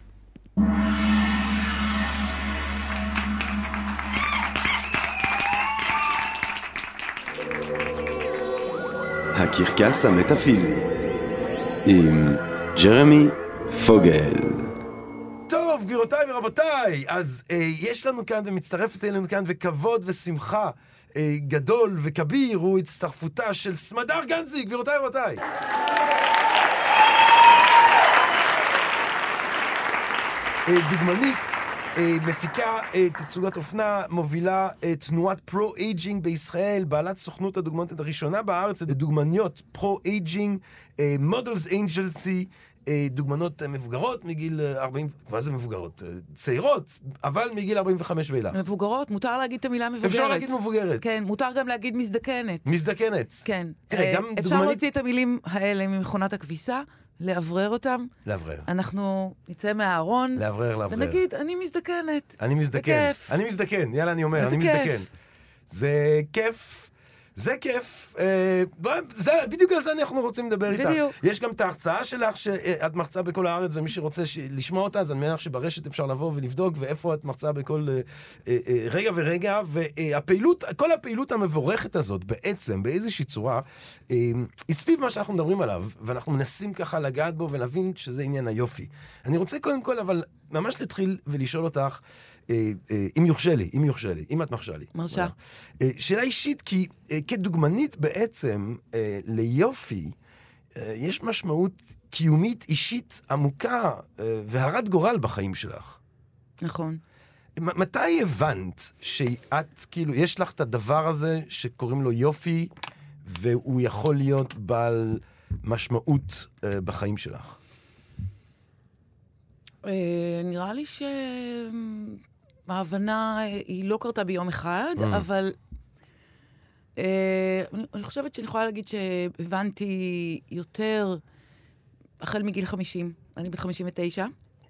הקרקס המטאפיזי עם ג'רמי פוגל. טוב, גבירותיי ורבותיי, אז יש לנו כאן ומצטרפת אלינו כאן וכבוד ושמחה גדול וכביר הוא הצטרפותה של סמדר גנזי, גבירותיי ורבותיי. דוגמנית, מפיקה תצוגת אופנה, מובילה תנועת פרו-אייג'ינג בישראל, בעלת סוכנות הדוגמנית הראשונה בארץ, דוגמניות פרו-אייג'ינג, מודלס אנג'לסי, דוגמנות מבוגרות מגיל 40, מה זה מבוגרות? צעירות, אבל מגיל 45 ואילך. מבוגרות, מותר להגיד את המילה מבוגרת. אפשר להגיד מבוגרת. כן, מותר גם להגיד מזדקנת. מזדקנת. כן. תראה, גם אפשר דוגמנית... להוציא את המילים האלה ממכונת הכביסה, לאוורר אותם. לאוורר. אנחנו נצא מהארון. לאוורר. ונגיד, אני מזדקנת. אני מזדקן. זה כיף. אני מזדקן, יאללה, אני אומר, אני מזדקן. זה כיף. זה כיף. בדיוק על זה אנחנו רוצים לדבר איתך. בדיוק. יש גם את ההרצאה שלך שאת מרצה בכל הארץ, ומי שרוצה לשמוע אותה, אז אני מניח שברשת אפשר לבוא ולבדוק, ואיפה את מרצה בכל רגע ורגע, והפעילות, כל הפעילות המבורכת הזאת, בעצם, באיזושהי צורה, היא סביב מה שאנחנו מדברים עליו, ואנחנו מנסים ככה לגעת בו, ולהבין שזה עניין היופי. אני רוצה קודם כל, אבל ממש להתחיל ולשאול אותך, אם יורשה לי, אם את מרשה לי. מרשה. שאלה אישית, כי כדוגמנית בעצם ליופי, יש משמעות קיומית אישית עמוקה והרת גורל בחיים שלך. נכון. מתי הבנת שאת, כאילו, יש לך את הדבר הזה שקוראים לו יופי, והוא יכול להיות בעל משמעות בחיים שלך? נראה לי שההבנה היא לא קרתה ביום אחד, אבל אני חושבת שאני יכולה להגיד שהבנתי יותר החל מגיל 50. אני בת 59.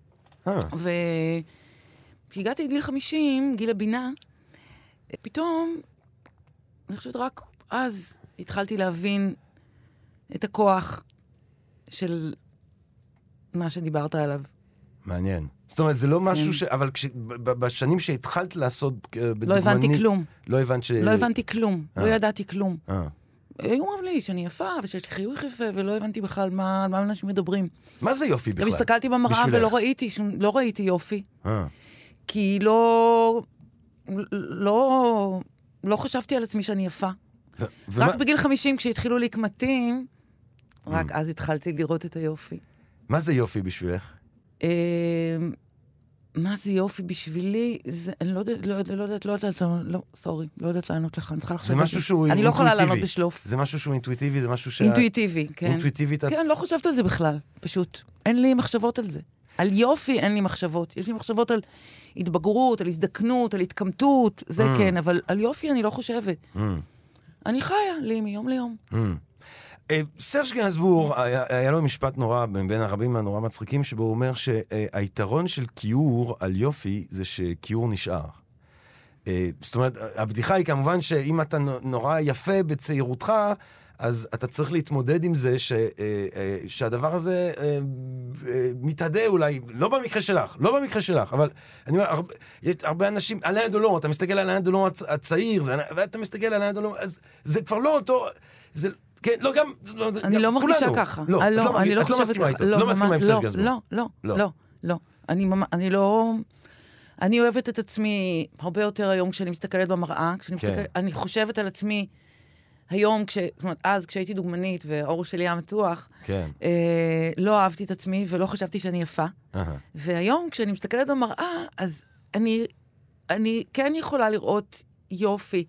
וכשהגעתי לגיל 50, גיל הבינה, פתאום, אני חושבת רק אז התחלתי להבין את הכוח של מה שדיברת עליו. מעניין. זאת אומרת, זה לא משהו ש... אבל בשנים שהתחלת לעשות בדוגמנית... לא הבנתי כלום. לא הבנת ש... לא הבנתי כלום. לא ידעתי כלום. היו אומרים לי שאני יפה, ושיש לי חיוך יפה, ולא הבנתי בכלל מה אנשים מדברים. מה זה יופי בכלל? הסתכלתי במראה ולא ראיתי יופי. כי לא חשבתי על עצמי שאני יפה. רק בגיל 50, כשהתחילו לי קמטים, רק אז התחלתי לראות את היופי. מה זה יופי בשבילך? מה זה יופי בשבילי? אני לא יודעת לענות לך, אני צריכה לחשוב. זה משהו שהוא אינטואיטיבי. אני לא יכולה לענות בשלוף. זה משהו שהוא אינטואיטיבי, זה משהו ש... אינטואיטיבי, כן. אינטואיטיבית. כן, לא חושבת על זה בכלל, פשוט. אין לי מחשבות על זה. על יופי אין לי מחשבות. יש לי מחשבות על התבגרות, על הזדקנות, על התקמטות, זה כן, אבל על יופי אני לא חושבת. אני חיה לי מיום ליום. סרש גנסבור, היה לו משפט נורא, בין הרבים הנורא מצחיקים, שבו הוא אומר שהיתרון של קיור על יופי זה שקיור נשאר. זאת אומרת, הבדיחה היא כמובן שאם אתה נורא יפה בצעירותך, אז אתה צריך להתמודד עם זה שהדבר הזה מתעדה אולי, לא במקרה שלך, אבל אני אומר, יש הרבה אנשים, אלן דולון, אתה מסתכל על אלן דולון הצעיר, ואתה מסתכל על אלן דולון, אז זה כבר לא אותו, כן, לא גם, אני לא מרגישה ככה. לא, אני לא חושבת ככה. לא מסכימה עם סרג' גזבור. לא. אני לא... אני אוהבת את עצמי הרבה יותר היום כשאני מסתכלת במראה, אני חושבת על עצמי היום, זאת אומרת, אז כשהייתי דוגמנית והאור שלי היה מתוח, לא אהבתי את עצמי ולא חשבתי שאני יפה. והיום כשאני מסתכלת במראה, אז אני כן יכולה לראות יופי.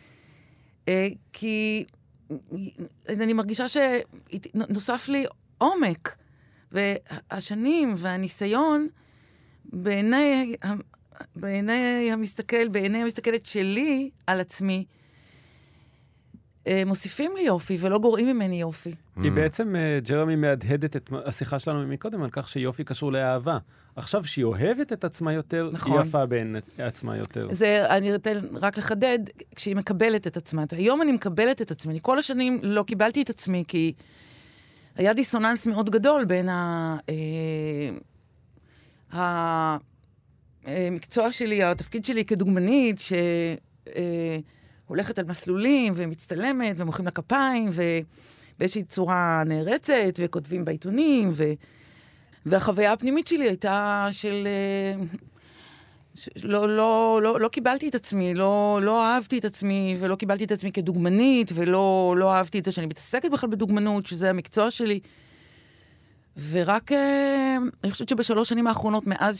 כי אני מרגישה שנוסף לי עומק, והשנים והניסיון בעיני המסתכלת שלי על עצמי, מוסיפים לי יופי ולא גורעים ממני יופי. היא בעצם, ג'רמי מהדהדת את השיחה שלנו מקודם על כך שיופי קשור לאהבה. עכשיו שהיא אוהבת את עצמה יותר, היא יפה בין עצמה יותר. אני רוצה רק לחדד, כשהיא מקבלת את עצמה. היום אני מקבלת את עצמי. אני כל השנים לא קיבלתי את עצמי, כי היה דיסוננס מאוד גדול בין המקצוע שלי, התפקיד שלי כדוגמנית, הולכת על מסלולים ומצטלמת ומוחאים לה כפיים ובאיזושהי צורה נערצת וכותבים בעיתונים והחוויה הפנימית שלי הייתה של לא קיבלתי את עצמי, לא אהבתי את עצמי ולא קיבלתי את עצמי כדוגמנית ולא אהבתי את זה שאני מתעסקת בכלל בדוגמנות, שזה המקצוע שלי. ורק אני חושבת שבשלוש שנים האחרונות מאז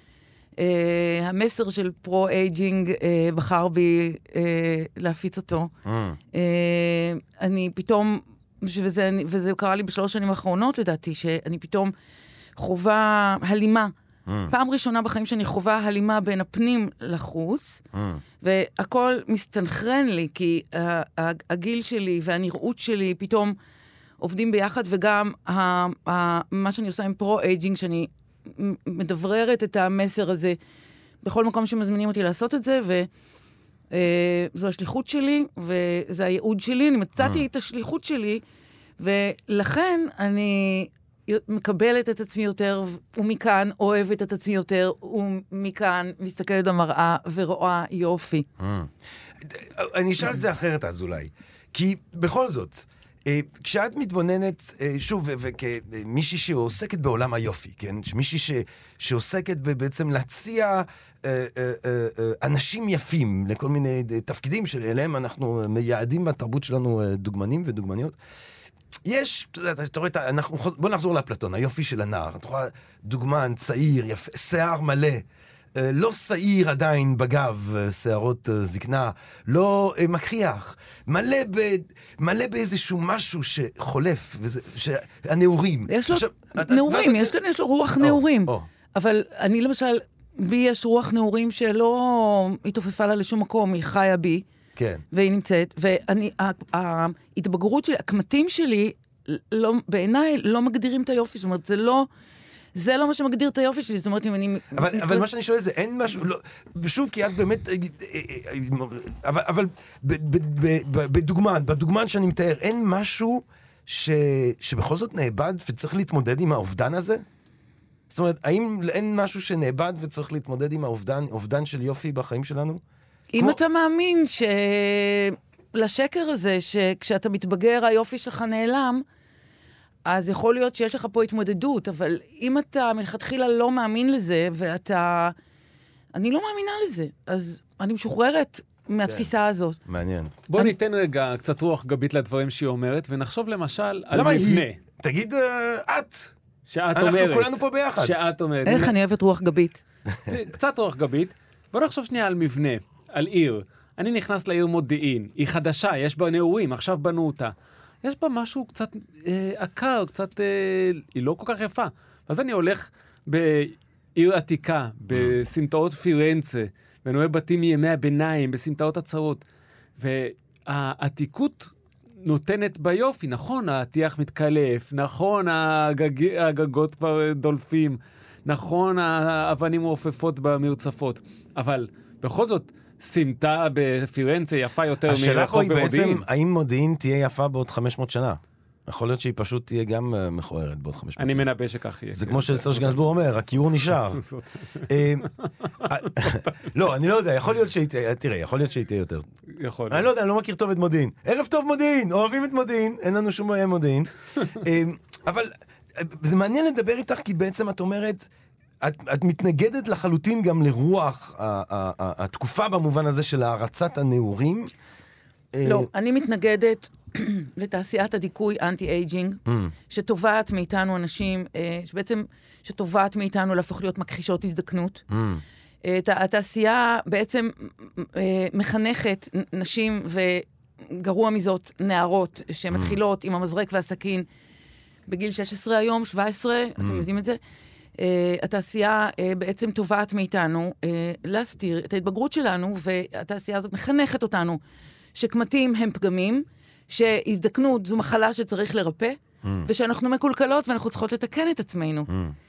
המסר של פרו-אייג'ינג בחר בי להפיץ אותו. אני פתאום, וזה קרה לי בשלוש שנים האחרונות לדעתי, שאני פתאום חובה הלימה. פעם ראשונה בחיים שאני חובה הלימה בין הפנים לחוץ, והכל מסתנכרן לי, כי הגיל שלי והנראות שלי פתאום עובדים ביחד, וגם מה שאני עושה עם פרו-אייג'ינג, שאני מדבררת את המסר הזה בכל מקום שמזמינים אותי לעשות את זה, וזו השליחות שלי, וזה הייעוד שלי, אני מצאתי את השליחות שלי, ולכן אני מקבלת את עצמי יותר, ומכאן אוהבת את עצמי יותר, ומכאן מסתכלת במראה ורואה יופי. אני אשאל את זה אחרת אז אולי, כי בכל זאת, כשאת מתבוננת, שוב, וכמישהי שעוסקת בעולם היופי, כן? מישהי שעוסקת בעצם להציע אנשים יפים לכל מיני תפקידים שאליהם אנחנו מייעדים בתרבות שלנו דוגמנים ודוגמניות. יש, אתה רואה, בוא נחזור לאפלטון, היופי של הנער. אתה רואה דוגמן, צעיר, יפה, שיער מלא. לא שעיר עדיין בגב, שערות זקנה, לא מכריח, מלא באיזשהו משהו שחולף, הנעורים. יש לו נעורים, יש לו רוח נעורים. אבל אני למשל, בי יש רוח נעורים שלא התעופפה לה לשום מקום, היא חיה בי, והיא נמצאת, ההתבגרות שלי, הקמטים שלי, בעיניי לא מגדירים את היופי, זאת אומרת, זה לא מה שמגדיר את היופי שלי, זאת אומרת, אם אני... אבל מה שאני שואל זה, אין משהו, שוב, כי את באמת, אבל בדוגמן שאני מתאר, אין משהו שבכל זאת נאבד וצריך להתמודד עם האובדן הזה? זאת אומרת, האם אין משהו שנאבד וצריך להתמודד עם האובדן של יופי בחיים שלנו? אם אתה מאמין לשקר הזה, שכשאתה מתבגר, היופי שלך נעלם, אז יכול להיות שיש לך פה התמודדות, אבל אם אתה מלכתחילה לא מאמין לזה, אני לא מאמינה לזה, אז אני משוחררת מהתפיסה הזאת. מעניין. בוא ניתן רגע קצת רוח גבית לדברים שהיא אומרת, ונחשוב למשל על מבנה. למה היא? תגיד את. שאת אומרת. אנחנו כולנו פה ביחד. שאת אומרת. איך אני אוהבת רוח גבית? קצת רוח גבית. בוא נחשוב שנייה על מבנה, על עיר. אני נכנס לעיר מודיעין, היא חדשה, יש בה נעורים, עכשיו בנו אותה. יש בה משהו קצת עקר, קצת, היא לא כל כך יפה. אז אני הולך בעיר עתיקה, בסמטאות פירנצה, ואני רואה בתים מימי הביניים, בסמטאות הצרות. והעתיקות נותנת ביופי, נכון, העתיח מתקלף, נכון, הגגות כבר דולפים, נכון, האבנים רופפות במרצפות. אבל בכל זאת, סמטה בפירנצה יפה יותר מרחוב במודיעין. השאלה פה היא בעצם, האם מודיעין תהיה יפה בעוד 500 שנה? יכול להיות שהיא פשוט תהיה גם מכוערת בעוד 500 שנה. אני מנבא שכך יהיה. זה כמו שסרש גנסבור אומר, הכיור נשאר. לא, אני לא יודע, יכול להיות שהיא תהיה, תראה, יכול להיות שהיא תהיה יותר. יכול להיות. אני לא יודע, אני לא מכיר טוב את מודיעין. ערב טוב מודיעין, אוהבים את מודיעין, אין לנו שום בעיה מודיעין. אבל זה מעניין לדבר איתך, כי בעצם את אומרת, את מתנגדת לחלוטין גם לרוח התקופה במובן הזה של הערצת הנאורים. לא, אני מתנגדת לתעשיית הדיכוי אנטי-אייג'ינג, שתובעת מאיתנו אנשים, שבעצם שתובעת מאיתנו להפוך להיות מכחישות הזדקנות. התעשייה בעצם מחנכת נשים וגרוע מזאת נערות שמתחילות עם המזרק והסכין בגיל 16 היום, 17, אתם יודעים את זה? התעשייה בעצם תובעת מאיתנו להסתיר את ההתבגרות שלנו, והתעשייה הזאת מחנכת אותנו שקמטים הם פגמים, שהזדקנות זו מחלה שצריך לרפא, ושאנחנו מקולקלות ואנחנו צריכות לתקן את עצמנו.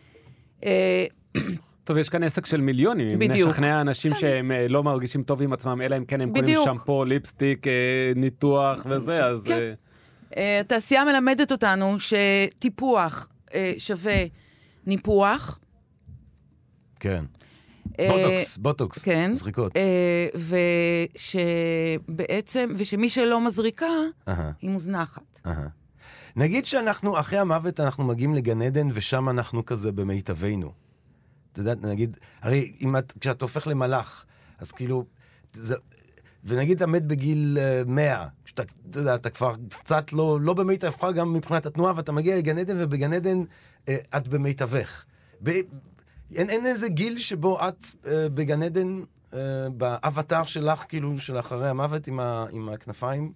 טוב, יש כאן עסק של מיליונים, אם נשכנע אנשים שהם לא מרגישים טוב עם עצמם, אלא אם כן הם קונים שמפו, ליפסטיק, ניתוח וזה, אז... התעשייה מלמדת אותנו שטיפוח שווה ניפוח. כן. בוטוקס, זריקות. ושבעצם, ושמי שלא מזריקה, היא מוזנחת. נגיד שאנחנו, אחרי המוות, אנחנו מגיעים לגן עדן, ושם אנחנו כזה במיטבנו. אתה יודע, נגיד, הרי כשאת הופך למלאך, אז כאילו, ונגיד אתה מת בגיל 100, אתה יודע, אתה כבר קצת לא במיטבך גם מבחינת התנועה, ואתה מגיע לגן עדן, ובגן עדן את במיטבך. אין איזה גיל שבו את בגן עדן, באבטר שלך, כאילו, של אחרי המוות עם הכנפיים?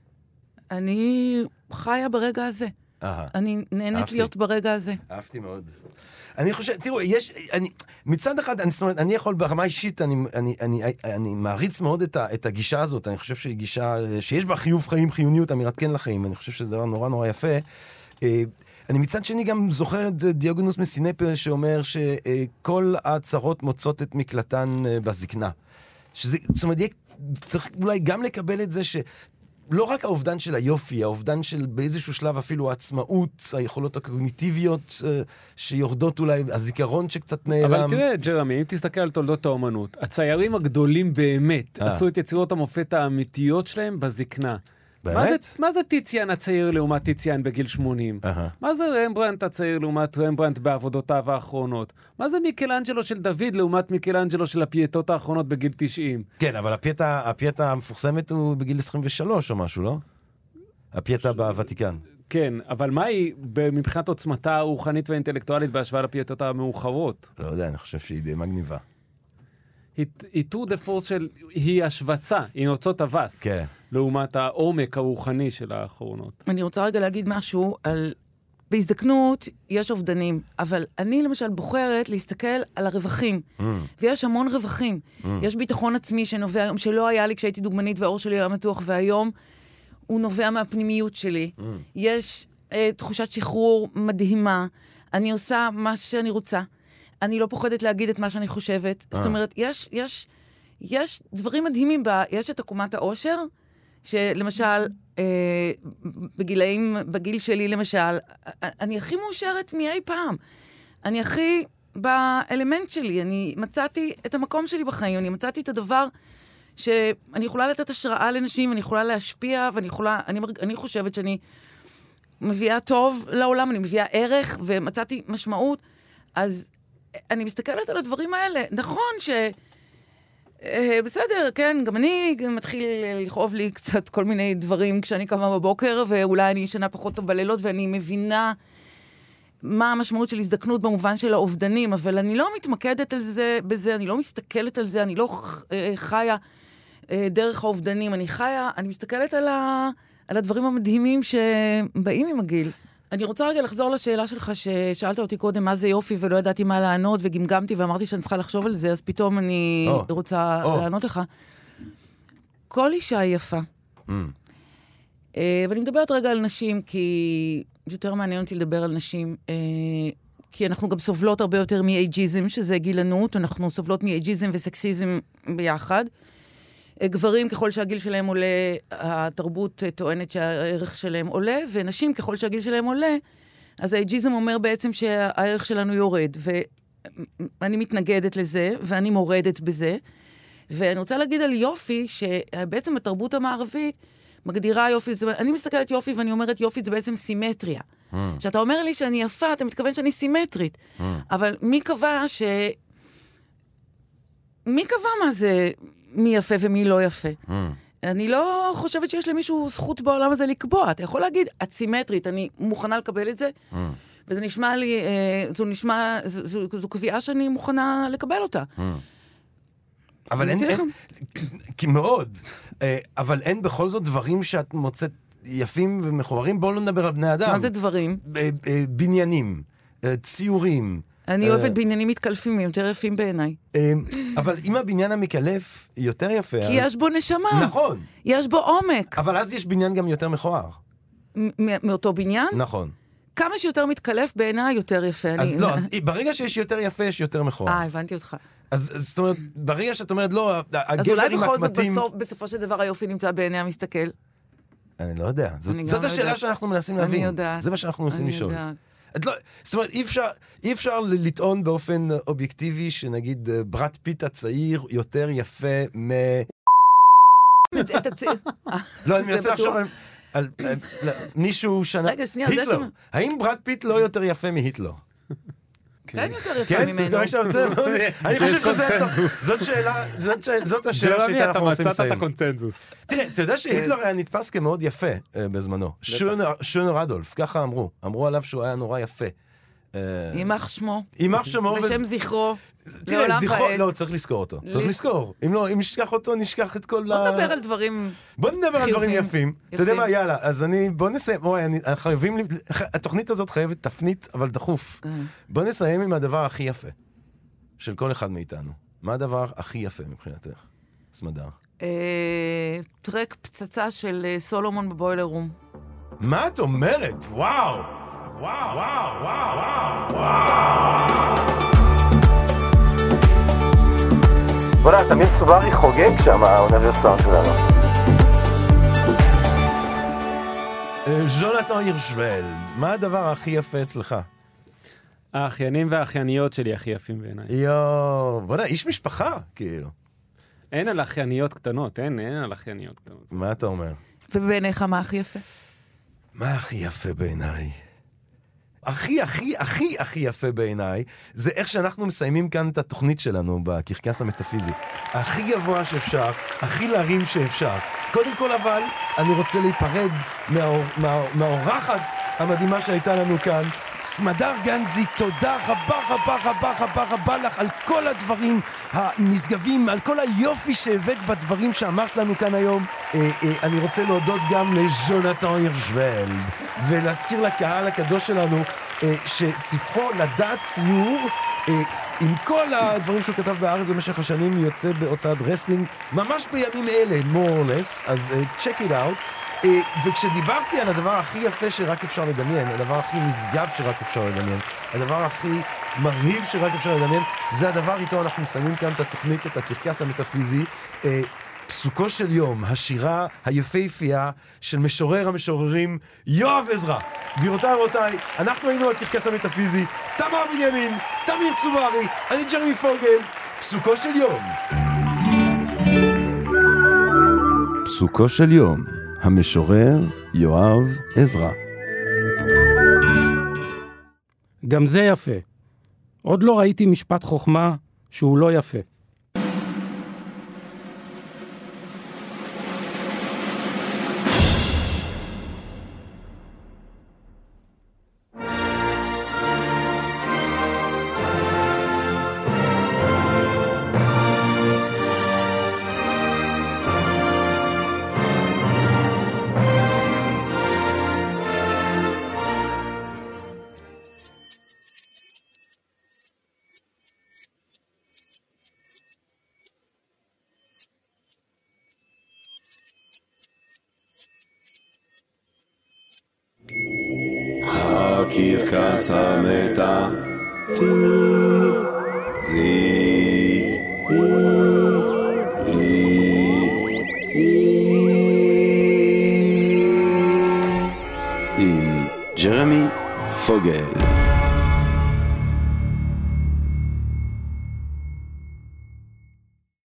אני חיה ברגע הזה. אני נהנית להיות ברגע הזה. אהבתי מאוד. אני חושב, תראו, מצד אחד, אני יכול ברמה אישית, אני מעריץ מאוד את הגישה הזאת, אני חושב שהיא גישה, שיש בה חיוב חיים, חיוניות, אמירת כן לחיים, אני חושב שזה דבר נורא נורא יפה. אני מצד שני גם זוכר את דיוגנוס מסינפה שאומר שכל הצרות מוצאות את מקלטן בזקנה. זאת אומרת, צריך אולי גם לקבל את זה לא רק האובדן של היופי, האובדן של באיזשהו שלב אפילו העצמאות, היכולות הקוגניטיביות שיורדות אולי, הזיכרון שקצת נעלם. אבל תראה, ג'רמי, אם תסתכל על תולדות האומנות, הציירים הגדולים באמת עשו את יצירות המופת האמיתיות שלהם בזקנה. באמת? מה זה טיציאן הצעיר לעומת טיציאן בגיל 80? מה זה רמברנט הצעיר לעומת רמברנט בעבודותיו האחרונות? מה זה מיקלאנג'לו של דוד לעומת מיקלאנג'לו של הפייטות האחרונות בגיל 90? כן, אבל הפייטה המפורסמת הוא בגיל 23 או משהו, לא? הפייטה בוותיקן. כן, אבל מה היא מבחינת עוצמתה הרוחנית והאינטלקטואלית בהשוואה לפייטות המאוחרות? לא יודע, אני חושב שהיא די מגניבה. היא טור דה פורס של, היא השבצה, היא נוצות אבס. כן. לעומת העומק הרוחני של האחרונות. אני רוצה רגע להגיד משהו על... בהזדקנות יש אובדנים, אבל אני למשל בוחרת להסתכל על הרווחים, ויש המון רווחים. יש ביטחון עצמי שנובע, שלא היה לי כשהייתי דוגמנית והאור שלי היה מתוח, והיום הוא נובע מהפנימיות שלי. יש תחושת שחרור מדהימה, אני עושה מה שאני רוצה, אני לא פוחדת להגיד את מה שאני חושבת. זאת אומרת, יש דברים מדהימים בה, יש את עקומת האושר, שלמשל, בגיל שלי למשל, אני הכי מאושרת מאי פעם. אני הכי באלמנט שלי, אני מצאתי את המקום שלי בחיים, אני מצאתי את הדבר שאני יכולה לתת השראה לנשים, אני יכולה להשפיע, אני חושבת שאני מביאה טוב לעולם, אני מביאה ערך, ומצאתי משמעות. אז אני מסתכלת על הדברים האלה. נכון בסדר, כן, גם אני מתחיל לכאוב לי קצת כל מיני דברים כשאני קמה בבוקר, ואולי אני ישנה פחות טוב בלילות, ואני מבינה מה המשמעות של הזדקנות במובן של האובדנים, אבל אני לא מתמקדת על זה, בזה, אני לא מסתכלת על זה, אני לא חיה דרך האובדנים, אני מסתכלת על הדברים המדהימים שבאים עם הגיל. אני רוצה רגע לחזור לשאלה שלך ששאלת אותי קודם מה זה יופי ולא ידעתי מה לענות וגמגמתי ואמרתי שאני צריכה לחשוב על זה, אז פתאום אני רוצה לענות לך. כל אישה היא יפה. ואני מדברת רגע על נשים כי יותר מעניין אותי לדבר על נשים, כי אנחנו גם סובלות הרבה יותר מאייג'יזם, שזה גילנות, אנחנו סובלות מאייג'יזם וסקסיזם ביחד. גברים ככל שהגיל שלהם עולה, התרבות טוענת שהערך שלהם עולה, ונשים ככל שהגיל שלהם עולה, אז האייג'יזם אומר בעצם שהערך שלנו יורד, ואני מתנגדת לזה, ואני מורדת בזה, ואני רוצה להגיד על יופי, שבעצם התרבות המערבית מגדירה יופי, אני מסתכלת יופי ואני אומרת יופי זה בעצם סימטריה. כשאתה אומר לי שאני יפה, אתה מתכוון שאני סימטרית. אבל מי קבע מה זה מי יפה ומי לא יפה? אני לא חושבת שיש למישהו זכות בעולם הזה לקבוע. אתה יכול להגיד, את סימטרית, אני מוכנה לקבל את זה, וזה נשמע לי, זו קביעה שאני מוכנה לקבל אותה. אבל אין, מאוד, אבל אין בכל זאת דברים שאת מוצאת יפים ומחוברים. בואו לא נדבר על בני אדם. מה זה דברים? בניינים, ציורים. אני אוהבת בניינים מתקלפים, יותר יפים בעיניי. אבל אם הבניין המקלף יותר יפה... כי יש בו נשמה. נכון. יש בו עומק. אבל אז יש בניין גם יותר מכוער. מאותו בניין? נכון. כמה שיותר מתקלף בעיניי יותר יפה. אז לא, ברגע שיש יותר יפה, יש יותר מכוער. הבנתי אותך. אז זאת אומרת, ברגע שאת אומרת, לא, הגבר עם הקמטים... אז אולי בכל זאת בסופו של דבר היופי נמצא בעיני המסתכל? אני לא יודע. זאת השאלה שאנחנו מנסים להבין. אני יודעת. זה מה שאנחנו מנסים לשאול. אני יודעת. זאת אומרת, אי אפשר לטעון באופן אובייקטיבי שנגיד ברד פיט הצעיר יותר יפה לא, אני מנסה לחשוב על מישהו שנה... רגע, שנייה, היטלר. האם ברד פיט לא יותר יפה מהיטלר? כן, יותר יפה ממנו. אני חושב זאת השאלה שאיתה אנחנו רוצים לסיים. אתה מצאת את הקונצנזוס. תראה, אתה יודע שהיטלר היה נתפס כמאוד יפה בזמנו. שונר אדולף, ככה אמרו עליו שהוא היה נורא יפה. יימח שמו. יימח שמו. ושם זכרו. תראה, זכרו, לא, צריך לזכור אותו. צריך לזכור. אם לא, אם נשכח אותו, נשכח את כל בוא נדבר על דברים בוא נדבר על דברים יפים. אתה יודע מה, יאללה, אז בוא נסיים. חייבים, התוכנית הזאת חייבת תפנית, אבל דחוף. בוא נסיים עם הדבר הכי יפה של כל אחד מאיתנו. מה הדבר הכי יפה מבחינתך? סמדר. טרק פצצה של סולומון בבוילר רום. מה את אומרת? וואו! וואו, וואו, וואו, וואו. בוא'נה, תמיד צוברי חוגג שם, האוניברסל שלנו. ז'ונתן הירשוולד, מה הדבר הכי יפה אצלך? האחיינים והאחייניות שלי הכי יפים בעיניי. בוא'נה, איש משפחה, כאילו. אין על אחייניות קטנות, אין על אחייניות קטנות. מה אתה אומר? ובעיניך מה הכי יפה? מה הכי יפה בעיניי? הכי יפה בעיניי, זה איך שאנחנו מסיימים כאן את התוכנית שלנו בקרקס המטאפיזי. הכי גבוה שאפשר, הכי להרים שאפשר. קודם כל אבל, אני רוצה להיפרד מהאורחת המדהימה שהייתה לנו כאן. סמדר גנזי, תודה רבה לך על כל הדברים הנשגבים, על כל היופי שהבאת בדברים שאמרת לנו כאן היום. אני רוצה להודות גם לז'ונתן הירשוולד, ולהזכיר לקהל הקדוש שלנו שספרו לדעת ציור, עם כל הדברים שהוא כתב בארץ במשך השנים, יוצא בהוצאת רסלינג, ממש בימים אלה, more or less, אז check it out. וכשדיברתי על הדבר הכי יפה שרק אפשר לדמיין, הדבר הכי נשגב שרק אפשר לדמיין, הדבר הכי מרהיב שרק אפשר לדמיין, זה הדבר איתו אנחנו מסיימים כאן את התוכנית, את הקרקס המטאפיזי. פסוקו של יום, השירה היפהפייה של משורר המשוררים יואב עזרא. גבירותיי ורבותיי, אנחנו היינו הקרקס המטאפיזי, תמר בנימין, תמיר צוברי, אני ג'רמי פוגל. פסוקו של יום. פסוקו של יום, המשורר יואב עזרא. גם זה יפה. עוד לא ראיתי משפט חוכמה שהוא לא יפה. הקרקס המטאפיזי. עם ג'רמי פוגל.